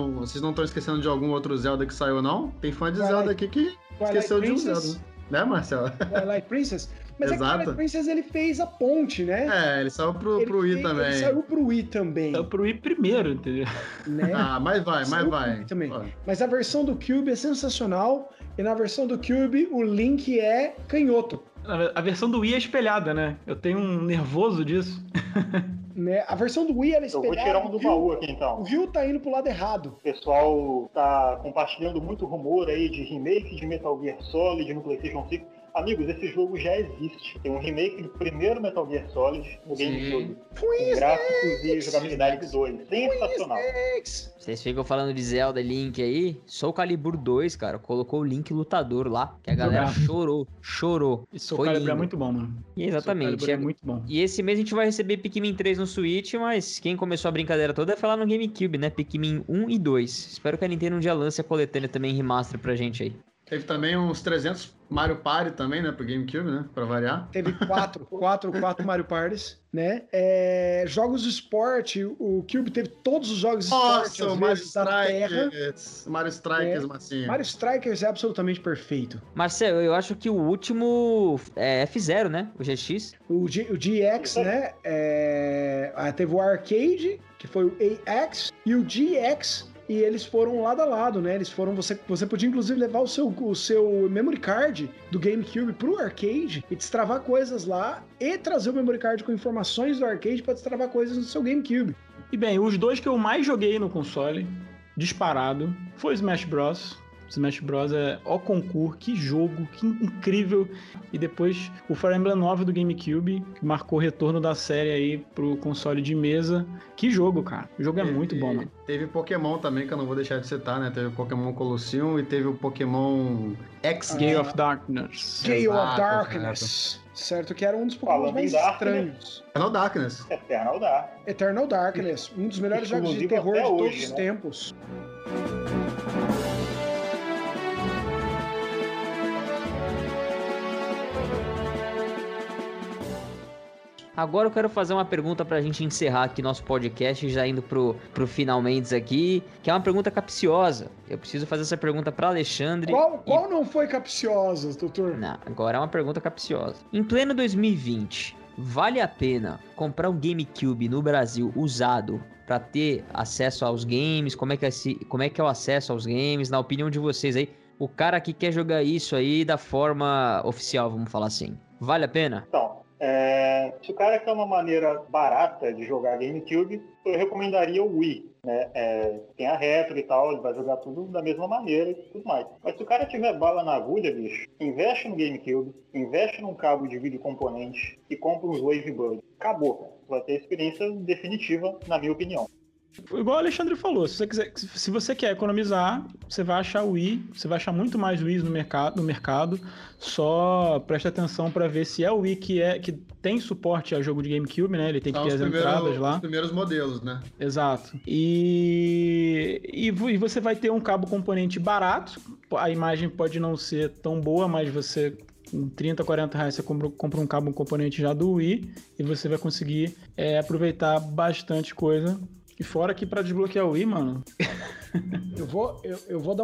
de algum outro Zelda que saiu, não? Tem fã de Zelda aqui que esqueceu de um Zelda. Né, Marcelo?
Twilight Princess. Mas
exato.
É que o Twilight Princess ele fez a ponte, né?
Ele saiu pro Wii também.
Ele saiu pro Wii também.
Saiu pro Wii primeiro, entendeu?
Né?
Mas vai.
Também. Mas a versão do Cube é sensacional. E na versão do Cube, o Link é canhoto.
A versão do Wii é espelhada, né? Eu tenho um nervoso disso.
Né? A versão do Wii era espelhada.
Eu vou tirar um do baú aqui, então.
O Ryu tá indo pro lado errado.
O pessoal tá compartilhando muito rumor aí de remake de Metal Gear Solid no PlayStation 5. Amigos, esse jogo já existe. Tem um remake do primeiro Metal Gear Solid no GameCube. Com gráficos e jogabilidade de 2. Sensacional.
Vocês ficam falando de Zelda e Link aí. Soul Calibur 2, cara, colocou o Link lutador lá, que a galera chorou.
E Soul Calibur é muito bom, mano.
Exatamente.
É muito bom.
E esse mês a gente vai receber Pikmin 3 no Switch, mas quem começou a brincadeira toda é falar no GameCube, né? Pikmin 1 e 2. Espero que a Nintendo um dia lance a coletânea também remaster pra gente aí.
Teve também uns 300 Mario Party também, né, pro GameCube, né, pra variar.
Teve quatro Mario Parties, né? Jogos de esporte, o Cube teve todos os jogos de esporte.
Nossa, o Mario Strikers, Marcinho.
Mario Strikers é absolutamente perfeito.
Marcelo, eu acho que o último é F0, né? O GX.
O GX, né? Teve o Arcade, que foi o AX, e o GX. E eles foram lado a lado, né? Você podia inclusive levar o seu memory card do GameCube pro arcade e destravar coisas lá e trazer o memory card com informações do arcade para destravar coisas no seu GameCube.
E bem, os dois que eu mais joguei no console, disparado, foi Smash Bros. Smash Bros. É o concurso, que jogo, que incrível. E depois o Fire Emblem 9 do GameCube, que marcou o retorno da série aí pro console de mesa. Que jogo, cara. O jogo é muito bom, mano.
Teve Pokémon também, que eu não vou deixar de citar, né? Teve o Pokémon Colosseum e teve o Pokémon X
Gate of Darkness.
Gate of Darkness. Certo, que era um dos Pokémon mais estranhos.
Eternal
Darkness. Um dos melhores jogos de terror de todos os tempos.
Agora eu quero fazer uma pergunta pra gente encerrar aqui nosso podcast, já indo pro finalmente aqui, que é uma pergunta capciosa. Eu preciso fazer essa pergunta pra Alexandre.
Qual não foi capciosa, doutor?
Não, agora é uma pergunta capciosa. Em pleno 2020, vale a pena comprar um GameCube no Brasil usado pra ter acesso aos games? Como é que é o acesso aos games? Na opinião de vocês aí, o cara que quer jogar isso aí da forma oficial, vamos falar assim, vale a pena?
Então, se o cara quer uma maneira barata de jogar GameCube, eu recomendaria o Wii, né? Tem a retro e tal, ele vai jogar tudo da mesma maneira e tudo mais. Mas se o cara tiver bala na agulha, bicho, investe no GameCube, investe num cabo de vídeo componente e compra uns Wave Buds. Acabou, cara. Vai ter a experiência definitiva, na minha opinião.
Igual o Alexandre falou, se você quer economizar, você vai achar o Wii, você vai achar muito mais Wii no mercado, só preste atenção para ver se é o Wii que tem suporte a jogo de GameCube, né? Ele tem que ter as entradas lá.
Os primeiros modelos, né?
Exato. E você vai ter um cabo componente barato, a imagem pode não ser tão boa, mas você... Em 30, 40 reais você compra um cabo componente já do Wii e você vai conseguir aproveitar bastante coisa. E fora que pra desbloquear o Wii, mano...
Eu vou dar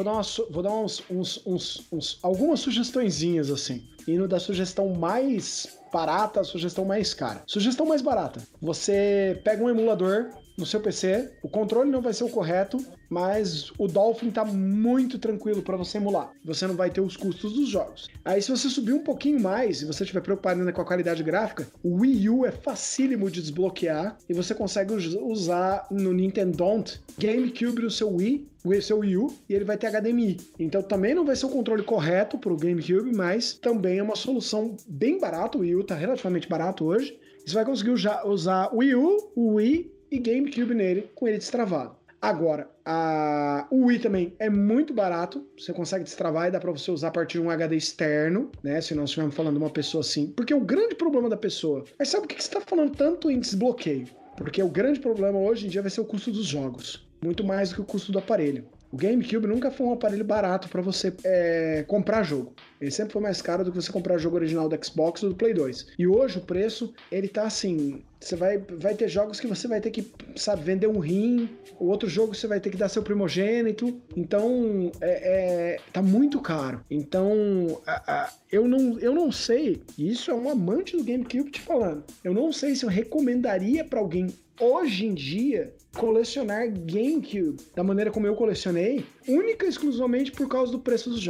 algumas sugestõezinhas, assim. Indo da sugestão mais barata à sugestão mais cara. Sugestão mais barata. Você pega um emulador no seu PC, o controle não vai ser o correto, mas o Dolphin tá muito tranquilo para você emular. Você não vai ter os custos dos jogos. Aí se você subir um pouquinho mais e você estiver preocupado ainda com a qualidade gráfica, o Wii U é facílimo de desbloquear e você consegue usar no Nintendo GameCube no seu Wii U, e ele vai ter HDMI. Então também não vai ser o controle correto pro GameCube, mas também é uma solução bem barata. O Wii U tá relativamente barato hoje. Você vai conseguir usar o Wii U, o Wii e GameCube nele, com ele destravado. Agora, o Wii também é muito barato, você consegue destravar e dá pra você usar a partir de um HD externo, né? Se nós estivermos falando de uma pessoa assim. Porque o grande problema da pessoa... Mas sabe por que você tá falando tanto em desbloqueio? Porque o grande problema hoje em dia vai ser o custo dos jogos. Muito mais do que o custo do aparelho. O GameCube nunca foi um aparelho barato para você comprar jogo. Ele sempre foi mais caro do que você comprar jogo original do Xbox ou do Play 2. E hoje o preço, ele tá assim... Você vai ter jogos que você vai ter que, sabe, vender um rim. O outro jogo você vai ter que dar seu primogênito. Então, tá muito caro. Então, eu não sei. E isso é um amante do GameCube te falando. Eu não sei se eu recomendaria para alguém hoje em dia colecionar GameCube da maneira como eu colecionei, única e exclusivamente por causa do preço dos jogos.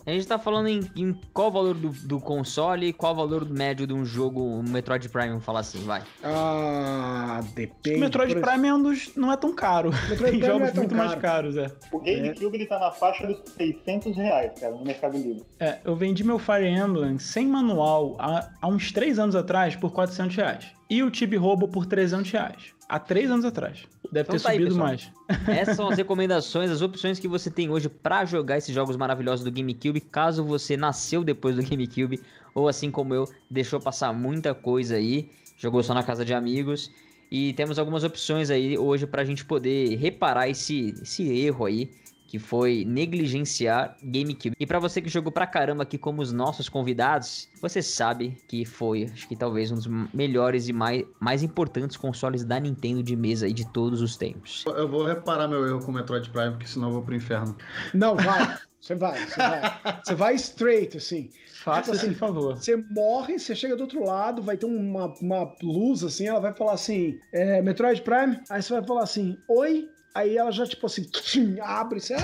A gente tá falando em qual o valor do console, qual o valor médio de um jogo, um Metroid Prime, vamos falar assim, vai.
Depende.
O Metroid Prime não é tão caro. Tem jogos muito mais caros,
O GameCube ele tá na faixa dos R$600, cara, no Mercado Livre.
Eu vendi meu Fire Emblem sem manual há uns 3 anos atrás por R$400. E o Chibi Robo por R$300. Há 3 anos atrás. Deve ter subido mais.
Essas são as recomendações, as opções que você tem hoje pra jogar esses jogos maravilhosos do GameCube, caso você nasceu depois do GameCube, ou assim como eu, deixou passar muita coisa aí, jogou só na casa de amigos. E temos algumas opções aí hoje pra gente poder reparar esse erro aí, que foi negligenciar GameCube. E pra você que jogou pra caramba aqui como os nossos convidados, você sabe que foi, acho que talvez um dos melhores e mais importantes consoles da Nintendo de mesa aí de todos os tempos.
Eu vou reparar meu erro com o Metroid Prime, porque senão eu vou pro inferno.
Não, vai. Você vai. Você vai straight, assim.
Faça
assim,
por favor.
Você morre, você chega do outro lado, vai ter uma luz, assim, ela vai falar assim, Metroid Prime, aí você vai falar assim, oi, aí ela já, tipo assim, abre, você...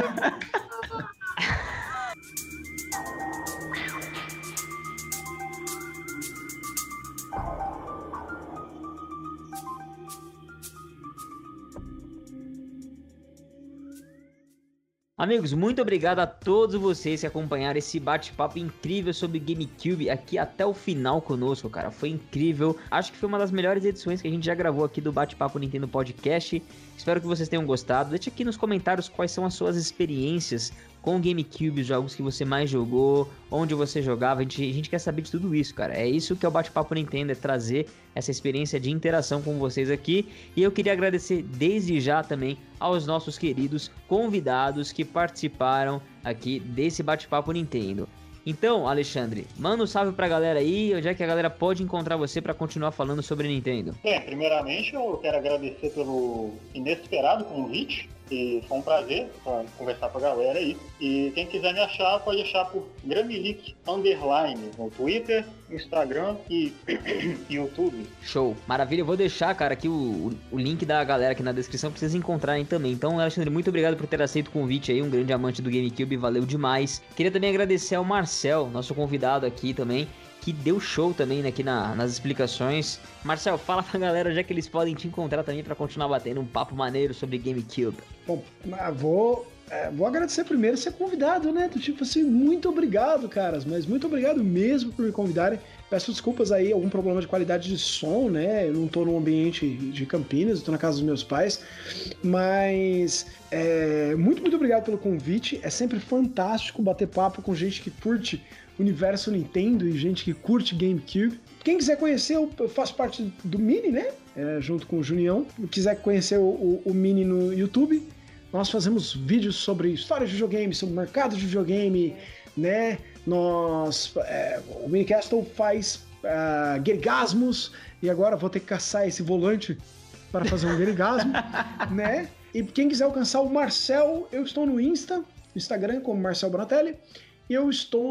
Amigos, muito obrigado a todos vocês que acompanharam esse bate-papo incrível sobre GameCube aqui até o final conosco, cara. Foi incrível. Acho que foi uma das melhores edições que a gente já gravou aqui do Bate-Papo Nintendo Podcast. Espero que vocês tenham gostado. Deixe aqui nos comentários quais são as suas experiências com o GameCube, os jogos que você mais jogou, onde você jogava. A gente quer saber de tudo isso, cara. É isso que é o Bate-Papo Nintendo, é trazer essa experiência de interação com vocês aqui. E eu queria agradecer desde já também aos nossos queridos convidados que participaram aqui desse Bate-Papo Nintendo. Então, Alexandre, manda um salve pra galera aí, onde é que a galera pode encontrar você pra continuar falando sobre Nintendo?
Primeiramente eu quero agradecer pelo inesperado convite, e foi um prazer conversar com a galera aí. E quem quiser me achar, pode achar por Gramilic _ no Twitter, Instagram e YouTube.
Show, maravilha, eu vou deixar, cara, aqui o link da galera aqui na descrição pra vocês encontrarem também. Então, Alexandre, muito obrigado por ter aceito o convite aí, um grande amante do GameCube, valeu demais. Queria também agradecer ao Marcel, nosso convidado aqui também, que deu show também aqui nas explicações. Marcel, fala pra galera já que eles podem te encontrar também pra continuar batendo um papo maneiro sobre GameCube.
Bom, vou agradecer primeiro ser convidado, né? Do tipo assim, muito obrigado, caras, mas muito obrigado mesmo por me convidarem. Peço desculpas aí, algum problema de qualidade de som, né? Eu não tô num ambiente de Campinas, eu tô na casa dos meus pais, mas muito obrigado pelo convite. É sempre fantástico bater papo com gente que curte universo Nintendo e gente que curte GameCube. Quem quiser conhecer, eu faço parte do Mini, né? Junto com o Junião. Quem quiser conhecer o Mini no YouTube, nós fazemos vídeos sobre história de videogame, sobre mercado de videogame, né? O Minicastle faz guergasmos, e agora vou ter que caçar esse volante para fazer um guergasmo, né? E quem quiser alcançar o Marcel, eu estou no Instagram como Marcel Bonatelli. Eu estou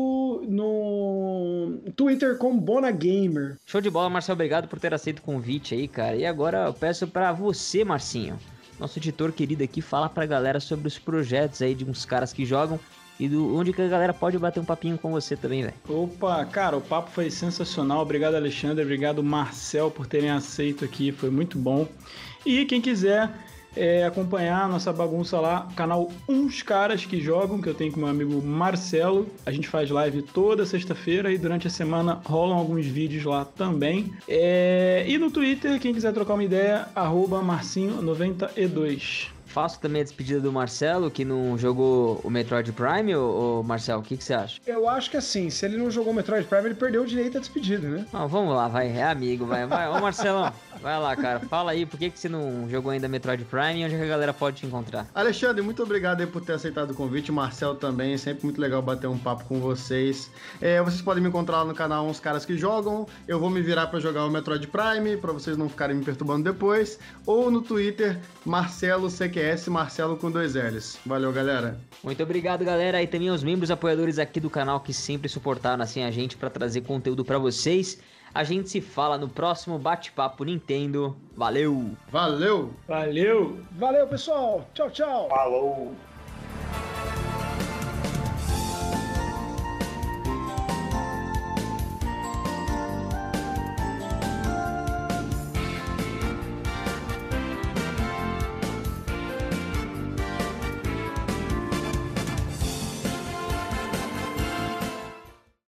no Twitter como BonaGamer.
Show de bola, Marcel, obrigado por ter aceito o convite aí, cara. E agora eu peço pra você, Marcinho, nosso editor querido aqui, falar pra galera sobre os projetos aí de uns caras que jogam e onde que a galera pode bater um papinho com você também, velho.
Opa, cara, o papo foi sensacional. Obrigado, Alexandre. Obrigado, Marcel, por terem aceito aqui. Foi muito bom. E quem quiser acompanhar a nossa bagunça lá, canal Uns Caras que Jogam, que eu tenho com meu amigo Marcelo. A gente faz live toda sexta-feira e durante a semana rolam alguns vídeos lá também. E no Twitter, quem quiser trocar uma ideia, @marcinho92.
Faço também a despedida do Marcelo, que não jogou o Metroid Prime, ou Marcelo, o que você acha?
Eu acho que assim, se ele não jogou o Metroid Prime, ele perdeu o direito à despedida, né?
Não, vamos lá, vai, é amigo, vai. Ô Marcelão, vai lá, cara, fala aí, por que você não jogou ainda Metroid Prime e onde é que a galera pode te encontrar?
Alexandre, muito obrigado aí por ter aceitado o convite, o Marcel também, sempre muito legal bater um papo com vocês. Vocês podem me encontrar lá no canal Uns Caras que Jogam, eu vou me virar pra jogar o Metroid Prime, pra vocês não ficarem me perturbando depois, ou no Twitter, Marcelo CQS, Marcelo com 2 L's. Valeu, galera.
Muito obrigado, galera, e também aos membros apoiadores aqui do canal que sempre suportaram assim a gente pra trazer conteúdo pra vocês. A gente se fala no próximo Bate-Papo Nintendo. Valeu!
Valeu!
Valeu!
Valeu, pessoal! Tchau, tchau!
Falou!